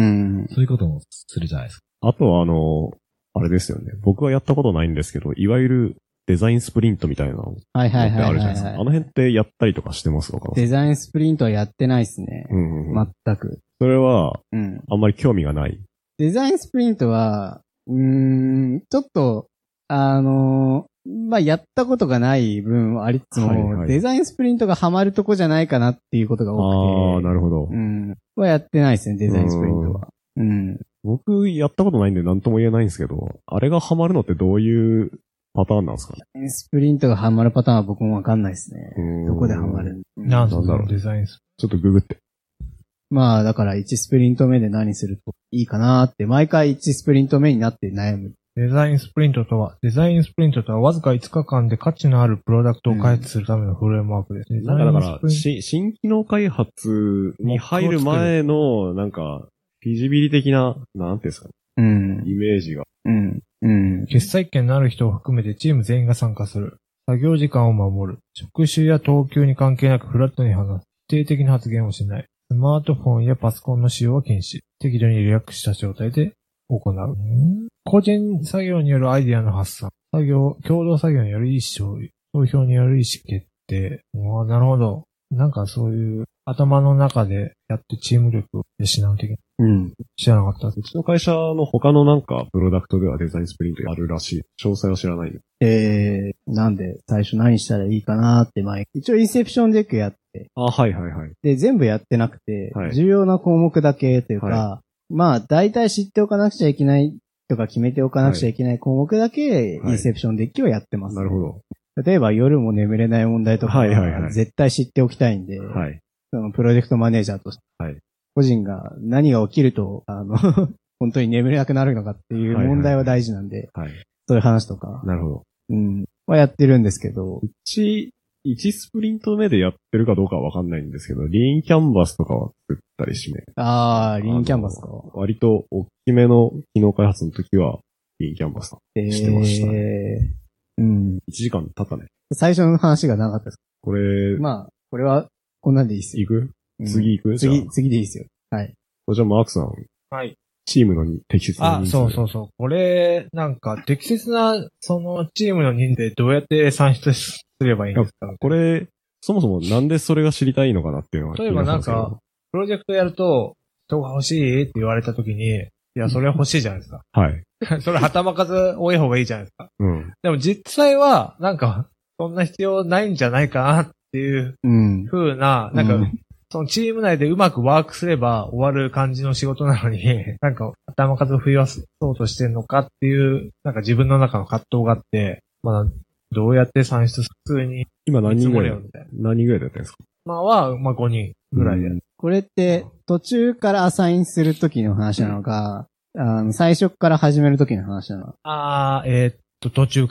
そういうこともするじゃないですか。 あとはあの、あれですよね。僕はやったことないんですけど、いわゆるデザインスプリントみたいなのってあるじゃないですか。あの辺ってやったりとかしてますか？ デザインスプリントはやってないですね。うんうんうん、全く。 それは、うん、あんまり興味がない。 デザインスプリントは、うーん、ちょっと、あのー、まあ、やったことがない分はありつつも、はいはい、デザインスプリントがハマるとこじゃないかなっていうことが多くて。 ああ、なるほど。 うん。はやってないですね、デザインスプリントは。うん。 僕、やったことないんで何とも言えないんですけど、あれがハマるのってどういうパターンなんですかね？ デザインスプリントがハマるパターンは僕もわかんないですね。どこでハマる？ なんだろう、デザインス。 ちょっとググって。 まあ、だからいちスプリント目で何するといいかなって、毎回いちスプリント目になって悩む。 デザインスプリントとは、デザインスプリントとはわずかいつかかんで価値のあるプロダクトを開発するためのフレームワークですね。 うん、だから、だからし、新機能開発に入る前の、なんか、フィジビリ的な、なんていうんですかね。うん。イメージが。 うん。うん。決裁権のある人を含めてチーム全員が参加する。作業時間を守る。職種や等級に関係なくフラットに話す。否定的な発言をしない。スマートフォンやパソコンの使用は禁止。適度にリラックスした状態で行う。個人作業によるアイディアの発散。作業、共同作業による意思表、投票による意思決定。ああ、なるほど。なんかそういう頭の中でやってチーム力を養う的な。うん。知らなかった。 うちの会社の他のなんかプロダクトではデザインスプリントやるらしい。詳細は知らないよ。 えー、なんで最初何したらいいかなって前。一応インセプションデックやって。 あ、はいはいはい。 で、全部やってなくて、はい、重要な項目だけというか、はい、まあ大体知っておかなくちゃいけないとか決めておかなくちゃいけない項目だけ、インセプションデッキをやってます、ね。 はい、なるほど。例えば夜も眠れない問題とか、はいはいはい、絶対知っておきたいんで、はい、そのプロジェクトマネージャーとして、はい、個人が何が起きると、あの、本当に眠れなくなるのかっていう問題は大事なんで、はいはいはい、そういう話とか、 なるほど。 うん、はやってるんですけど、 うち、いちスプリント目でやってるかどうかはわかんないんですけど、リーンキャンバスとかは作ったりしね。 あー、リーンキャンバスか。 割と大きめの機能開発の時は、リーンキャンバスしてましたね。えー、うん。いちじかん経ったね。 最初の話がなかったです。 これ、 まあ、これは、こんなんでいいっすよ。 行く、うん、次行く次、次でいいっすよ。はい。 じゃあ、マークさん。 はい。 チームの適切な人数。 あ、そうそうそう。これ、なんか、適切な、その、チームの人数でどうやって算出すればいいんですか？ これ、そもそもなんでそれが知りたいのかなっていうのは。 例えばなんか、プロジェクトやると、人が欲しいって言われたときに、いや、それは欲しいじゃないですか。 はい。 それ、旗巻かず多い方がいいじゃないですか。うん。でも実際は、なんか、そんな必要ないんじゃないかなっていう、風な、うん、なんか、うん、そのチーム内でうまくワークすれば終わる感じの仕事なのに、なんか、頭数を増やそうとしてるのかっていう、なんか自分の中の葛藤があって、まあ、どうやって算出普通に。 今何人ぐらい何人ぐらいでやってるんですか？ 今は、まあごにんぐらいで。 これって、途中からアサインするときの話なのか、うん、あの最初から始めるときの話なのか。 ああ、えー、っと、途中から。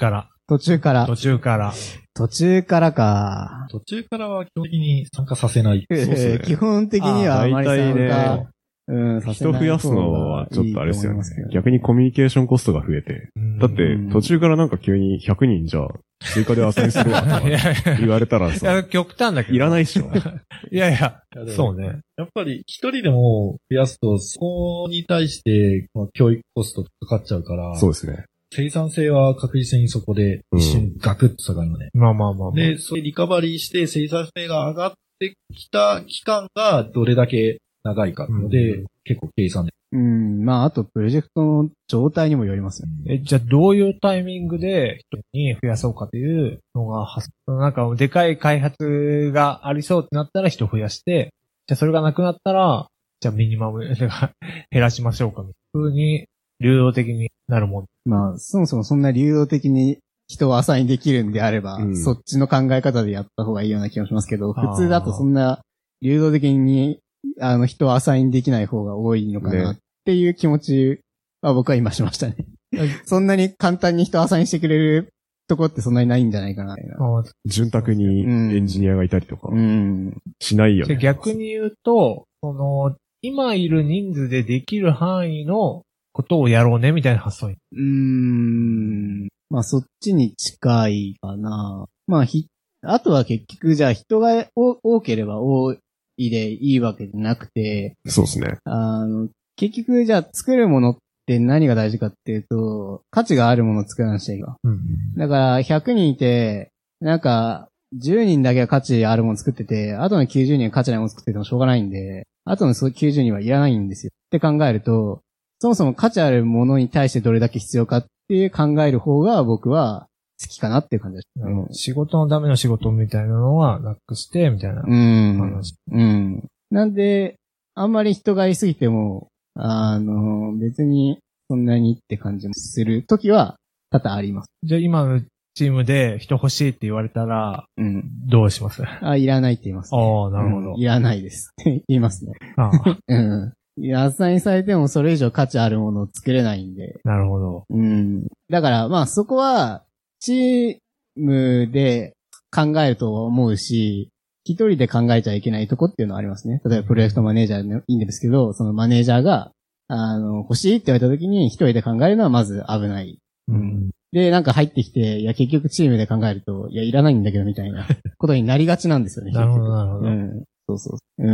途中から。 途中から。 途中からか。 途中からは基本的に参加させない。 そうですね。基本的にはあまり参加。うん、 人増やすのはちょっとあれですよね。逆にコミュニケーションコストが増えて。だって途中からなんか急にひゃくにんじゃ追加でアサインするわとか言われたらさ。 いや、極端だけど。 いらないっしょ。 いやいや、そうね。 やっぱり一人でも増やすと、そこに対して教育コストかかっちゃうから。 そうですね。 生産性は確実にそこで一瞬ガクッと下がるのね。 まあまあまあ。 で、それリカバリーして生産性が上がってきた期間がどれだけ長いかので、うん、結構計算で。 うん、まあ、あと、プロジェクトの状態にもよりますよね。え、じゃあ、どういうタイミングで人に増やそうかというのが、なんか、でかい開発がありそうってなったら人増やして、じゃあ、それがなくなったら、じゃあ、ミニマム減らしましょうか。ふうに、流動的になるもん。 まあ、そもそもそんな流動的に人をアサインできるんであれば、うん、そっちの考え方でやった方がいいような気がしますけど、普通だとそんな流動的に、あの、人をアサインできない方が多いのかなっていう気持ちは僕は今しましたね。そんなに簡単に人をアサインしてくれるとこってそんなにないんじゃないかな。 潤沢にエンジニアがいたりとか、しないよね。 逆に言うと、その、今いる人数でできる範囲のことをやろうねみたいな発想に。 うーん。まあそっちに近いかな。まあひ、あとは結局じゃあ人が多ければ多いでいいわけじゃなくて。 そうですね。 あの、結局じゃあ作るものって何が大事かっていうと、価値があるものを作らなくちゃいけない。うん、だからひゃくにんいて、なんかじゅうにんだけが価値あるものを作ってて、あとのきゅうじゅうにんが価値ないものを作っててもしょうがないんで、あとのきゅうじゅうにんはいらないんですよ。って考えると、そもそも価値あるものに対してどれだけ必要かって考える方が僕は好きかなっていう感じです。 うん、仕事のための仕事みたいなのはなくして、みたいな話。 うん。うん。なんで、あんまり人がいすぎても、あの、別にそんなにって感じもするときは多々あります。 じゃあ今のチームで人欲しいって言われたら、うん。どうします？ あ、いらないって言います、ね。 ああ、なるほど、 うん。いらないですって言いますね。ああ。うん。アサインされてもそれ以上価値あるものを作れないんで。 なるほど。 うん。だからまあそこはチームで考えると思うし、一人で考えちゃいけないとこっていうのはありますね。例えばプロジェクトマネージャーでいいんですけど、そのマネージャーが、あの、欲しいって言われた時に一人で考えるのはまず危ない。うん。で、なんか入ってきて、いや結局チームで考えると、いやいらないんだけどみたいなことになりがちなんですよね。 なるほど、なるほど。 うん。そうそう。うん。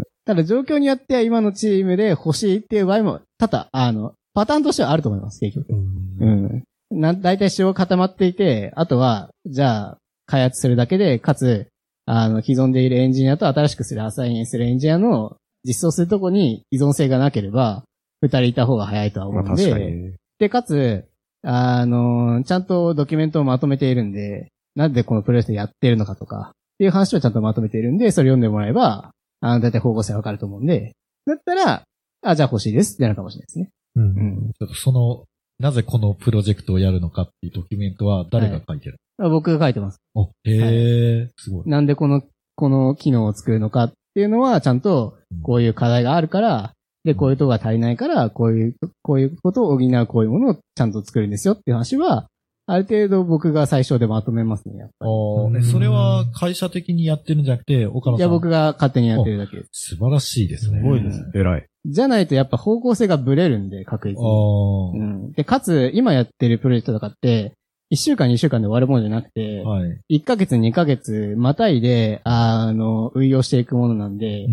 ただ状況によっては今のチームで欲しいっていう場合も多々、あの、パターンとしてはあると思います、結局。うん。うんな、大体仕様固まっていて、あとは、じゃあ、開発するだけで、かつ、あの、既存でいるエンジニアと新しくする、アサインするエンジニアの実装するとこに依存性がなければ、二人いた方が早いとは思うんで、まあ、確かにで、かつ、あの、ちゃんとドキュメントをまとめているんで、なんでこのプロジェクトやってるのかとか、っていう話をちゃんとまとめているんで、それ読んでもらえば、あの、大体方向性わかると思うんで、だったら、あ、じゃあ欲しいですってなるかもしれないですね。 うん。うん、ちょっとその、なぜこのプロジェクトをやるのかっていうドキュメントは誰が書いてる、 はい、僕が書いてます。 お、へー、はい、すごい。 なんでこの、この機能を作るのかっていうのは、ちゃんと、こういう課題があるから、うん、で、こういうとこが足りないから、こういう、こういうことを補うこういうものをちゃんと作るんですよっていう話は、ある程度僕が最初でまとめますね、やっぱり。 ああ、それは会社的にやってるんじゃなくて、岡野さん。 いや、僕が勝手にやってるだけです。 素晴らしいですね。 すごいですね。偉い。 じゃないとやっぱ方向性がブレるんで、確実に。うん。で、かつ、今やってるプロジェクトとかって、いっしゅうかんにしゅうかんで終わるものじゃなくて、はい、いっかげつにかげつまたいで、あの、運用していくものなんで、うん、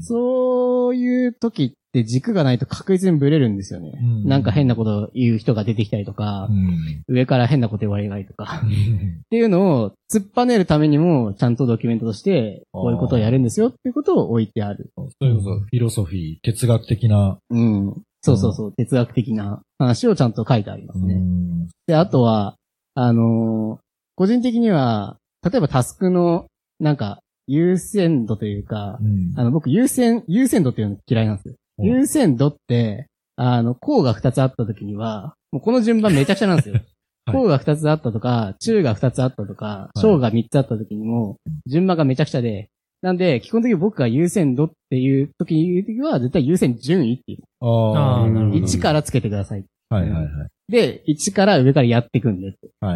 そういう時って軸がないと確実にブレるんですよね。うん、なんか変なこと言う人が出てきたりとか、うん、上から変なこと言われないとか、っていうのを突っぱねるためにも、ちゃんとドキュメントとして、こういうことをやるんですよっていうことを置いてある。 そういうこと、フィロソフィー、哲学的な。 うん。そうそうそう、哲学的な話をちゃんと書いてありますね。で、あとは、あのー、個人的には、例えばタスクの、なんか、優先度というか、うん、あの、僕優先、優先度っていうの嫌いなんですよ。うん、優先度って、あの、項がふたつあった時には、もうこの順番めちゃくちゃなんですよ。はい、項がふたつあったとか、中がふたつあったとか、小がみっつあった時にも、順番がめちゃくちゃで、なんで、基本的に僕が優先度っていう時に言う時は、絶対優先順位っていう。ああ、なるほど。いちからつけてください。 はいはいはい。 で、いちから上からやっていくんで。 はい。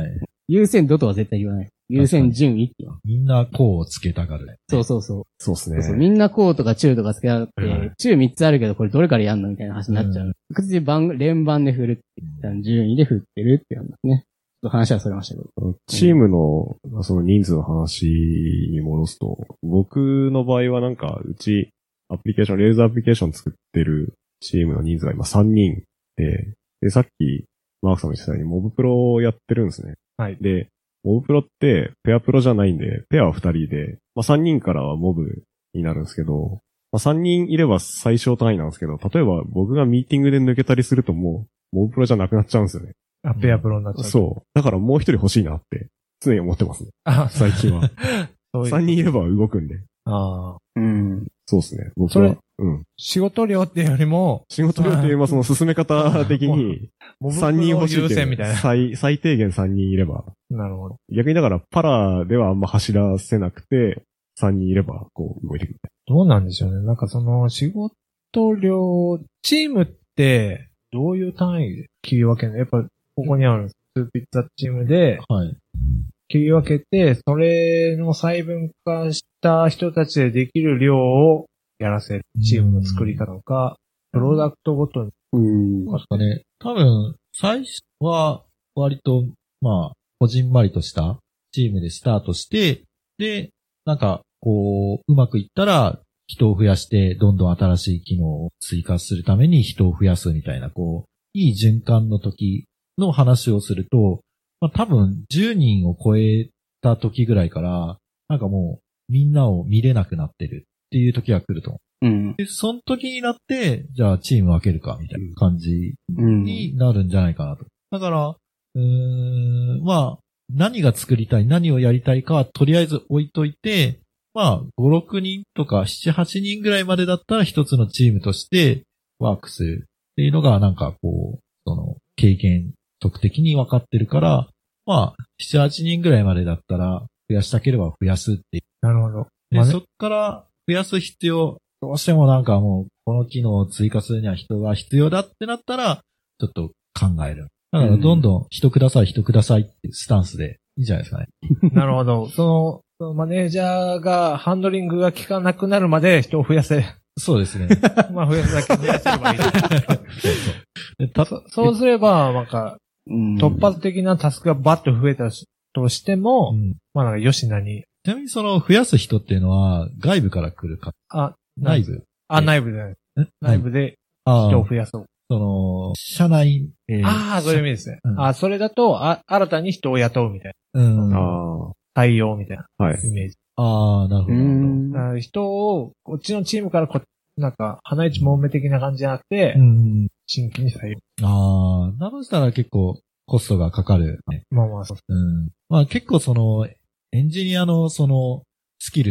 優先度とは絶対言わない。優先順位って言う。 みんなこうをつけたがる。 そうそうそう。 そうですね。 そうそうみんなこうとか中とかつけたがって、うん、中みっつあるけどこれどれからやんのみたいな話になっちゃう。口で番、連番で振るって言った順位で振ってるって言うんですね。ちょっと話はそれましたけど。 チームの、その人数の話に戻すと、僕の場合はなんか、うち、アプリケーション、レーズアプリケーション作ってるチームの人数が今さんにんで、で、さっき、マークさんも言ってたように、モブプロをやってるんですね。 はい。 で、モブプロって、ペアプロじゃないんで、ペアはふたりで、まあさんにんからはモブになるんですけど、まあさんにんいれば最小単位なんですけど、例えば僕がミーティングで抜けたりするともう、モブプロじゃなくなっちゃうんですよね。 あ、ペアプロになっちゃう。 そう。だからもう一人欲しいなって、常に思ってますね。あ、最近は。さんにんいれば動くんで。 ああ。 うん。 そうですね。僕は。うん。 仕事量っていうよりも、 仕事量っていうよりもその進め方的に、さんにん欲しいっていう最、最低限さんにんいれば。 なるほど。 逆にだからパラではあんま走らせなくて、さんにんいればこう動いてくる。 どうなんでしょうね。なんかその仕事量、チームってどういう単位で切り分けるの？やっぱここにあるツーピッツァチームで、はい。切り分けて、それの細分化した人たちでできる量をやらせるチームの作り方とか、プロダクトごとに。 うん。確かね、多分、最初は割と、まあ、こじんまりとしたチームでスタートして、で、なんか、こう、うまくいったら人を増やして、どんどん新しい機能を追加するために人を増やすみたいな、こう、いい循環の時の話をすると、まあ多分じゅうにんを超えた時ぐらいから、なんかもうみんなを見れなくなってるっていう時が来ると。うん。で、その時になって、じゃあチーム分けるかみたいな感じになるんじゃないかなと。だから、うーん、まあ、何が作りたい、何をやりたいかはとりあえず置いといて、まあ、ご、ろくにんとかなな、はちにんぐらいまでだったら一つのチームとしてワークするっていうのがなんかこう、その経験、特的に分かってるから、まあ、なな、はちにんぐらいまでだったら、増やしたければ増やすっていう。 なるほど。 で、まあね、そっから増やす必要、どうしてもなんかもう、この機能を追加するには人が必要だってなったら、ちょっと考える。だから、どんどん人ください、人くださいっていうスタンスでいいじゃないですかね。 なるほど。その、そのマネージャーがハンドリングが効かなくなるまで人を増やせ。 そうですね。 まあ、増やすだけ増やせればいい。そうそう。そうすれば、なんか、突発的なタスクがバッと増えたとしても、うん、まあなんか吉名に。 ちなみにその増やす人っていうのは外部から来るか。 あ、 内部。 あ、内部で。内部で人を増やそう。 その、社内、 えー、ああ、そういう意味ですね。うん、あそれだとあ、新たに人を雇うみたいな。うん。あ対応みたいな。はい。イメージ。 ああ、なるほど。 なるほど。人を、こっちのチームからこなんか、花一門目的な感じじゃなくて、うん、新規に採用。 ああ、なのしたら結構コストがかかる、ね。 まあまあそう。 うん。まあ結構その、エンジニアのその、スキルって、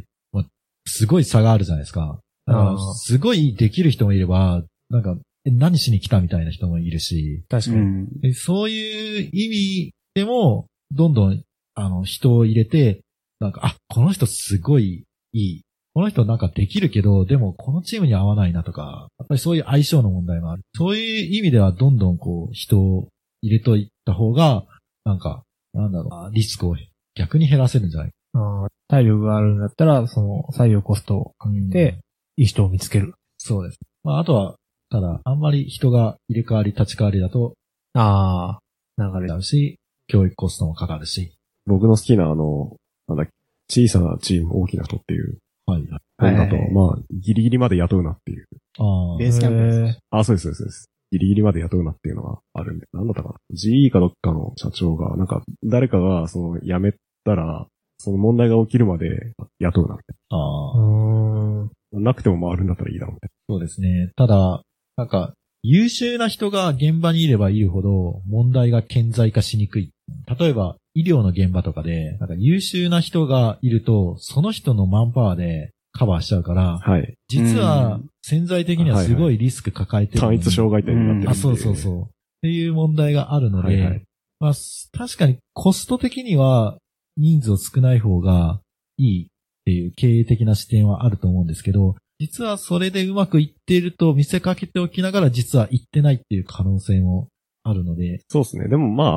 まあ、すごい差があるじゃないですか。あすごいできる人もいれば、なんか、何しに来たみたいな人もいるし。 確かに。 うん、そういう意味でも、どんどん、あの、人を入れて、なんか、あ、この人すごいいい。この人なんかできるけど、でもこのチームに合わないなとか、やっぱりそういう相性の問題もある。そういう意味ではどんどんこう人を入れといた方が、なんか、なんだろう、リスクを逆に減らせるんじゃない？ あ体力があるんだったら、その採用コストをかけて、いい人を見つける。 そうです。まああとは、ただ、あんまり人が入れ替わり立ち替わりだと、 ああ、流れだし、教育コストもかかるし。 僕の好きなあの、なんだっけ、小さなチーム大きな人っていう。はい。はい。だと、まあ、ギリギリまで雇うなっていう。 ああ。ベースキャンプです。 あ、そうです、そうです。ギリギリまで雇うなっていうのがあるんで。なんだったかな。ジーイー かどっかの社長が、なんか、誰かが、その、辞めたら、その問題が起きるまで雇うなって。ああ。うん。なくても回るんだったらいいだろうね。 そうですね。ただ、なんか、優秀な人が現場にいればいるほど、問題が顕在化しにくい。例えば、医療の現場とかで、なんか優秀な人がいると、その人のマンパワーでカバーしちゃうから、はい、実は潜在的にはすごいリスク抱えてる、 はいはい。単一障害点になってるんで。 あ、そうそうそう。っていう問題があるので、はいはい、まあ、確かにコスト的には人数少ない方がいいっていう経営的な視点はあると思うんですけど、実はそれでうまくいっていると見せかけておきながら実はいってないっていう可能性もあるので。 そうですね。でもまあ、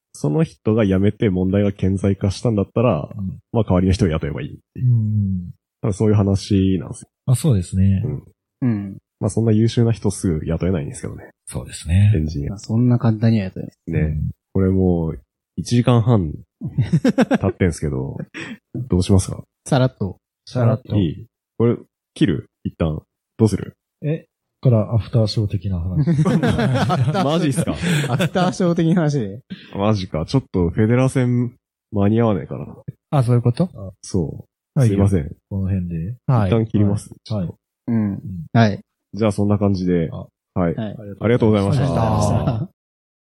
その人が辞めて問題が顕在化したんだったら、うん、まあ代わりの人を雇えばいいっていう。うん、多分そういう話なんですよ。 あ、そうですね。 うん。うん。 まあそんな優秀な人すぐ雇えないんですけどね。 そうですね。 エンジニア。 そんな簡単には雇えない。 ね。うん、これもう、いちじかんはん経ってんすけど、どうしますか？ さらっと。 さらっと。 いい？これ、切る？一旦。どうする？ えからアフターショー的な話。 マジっすか？ アフターショー的な話で。 マジか。ちょっとフェデラ戦間に合わねえかな。 あ、そういうこと？ そう。すいません。 この辺で。 はい。一旦切ります。 はい。うん。はい。 じゃあそんな感じで。はい。ありがとうございました。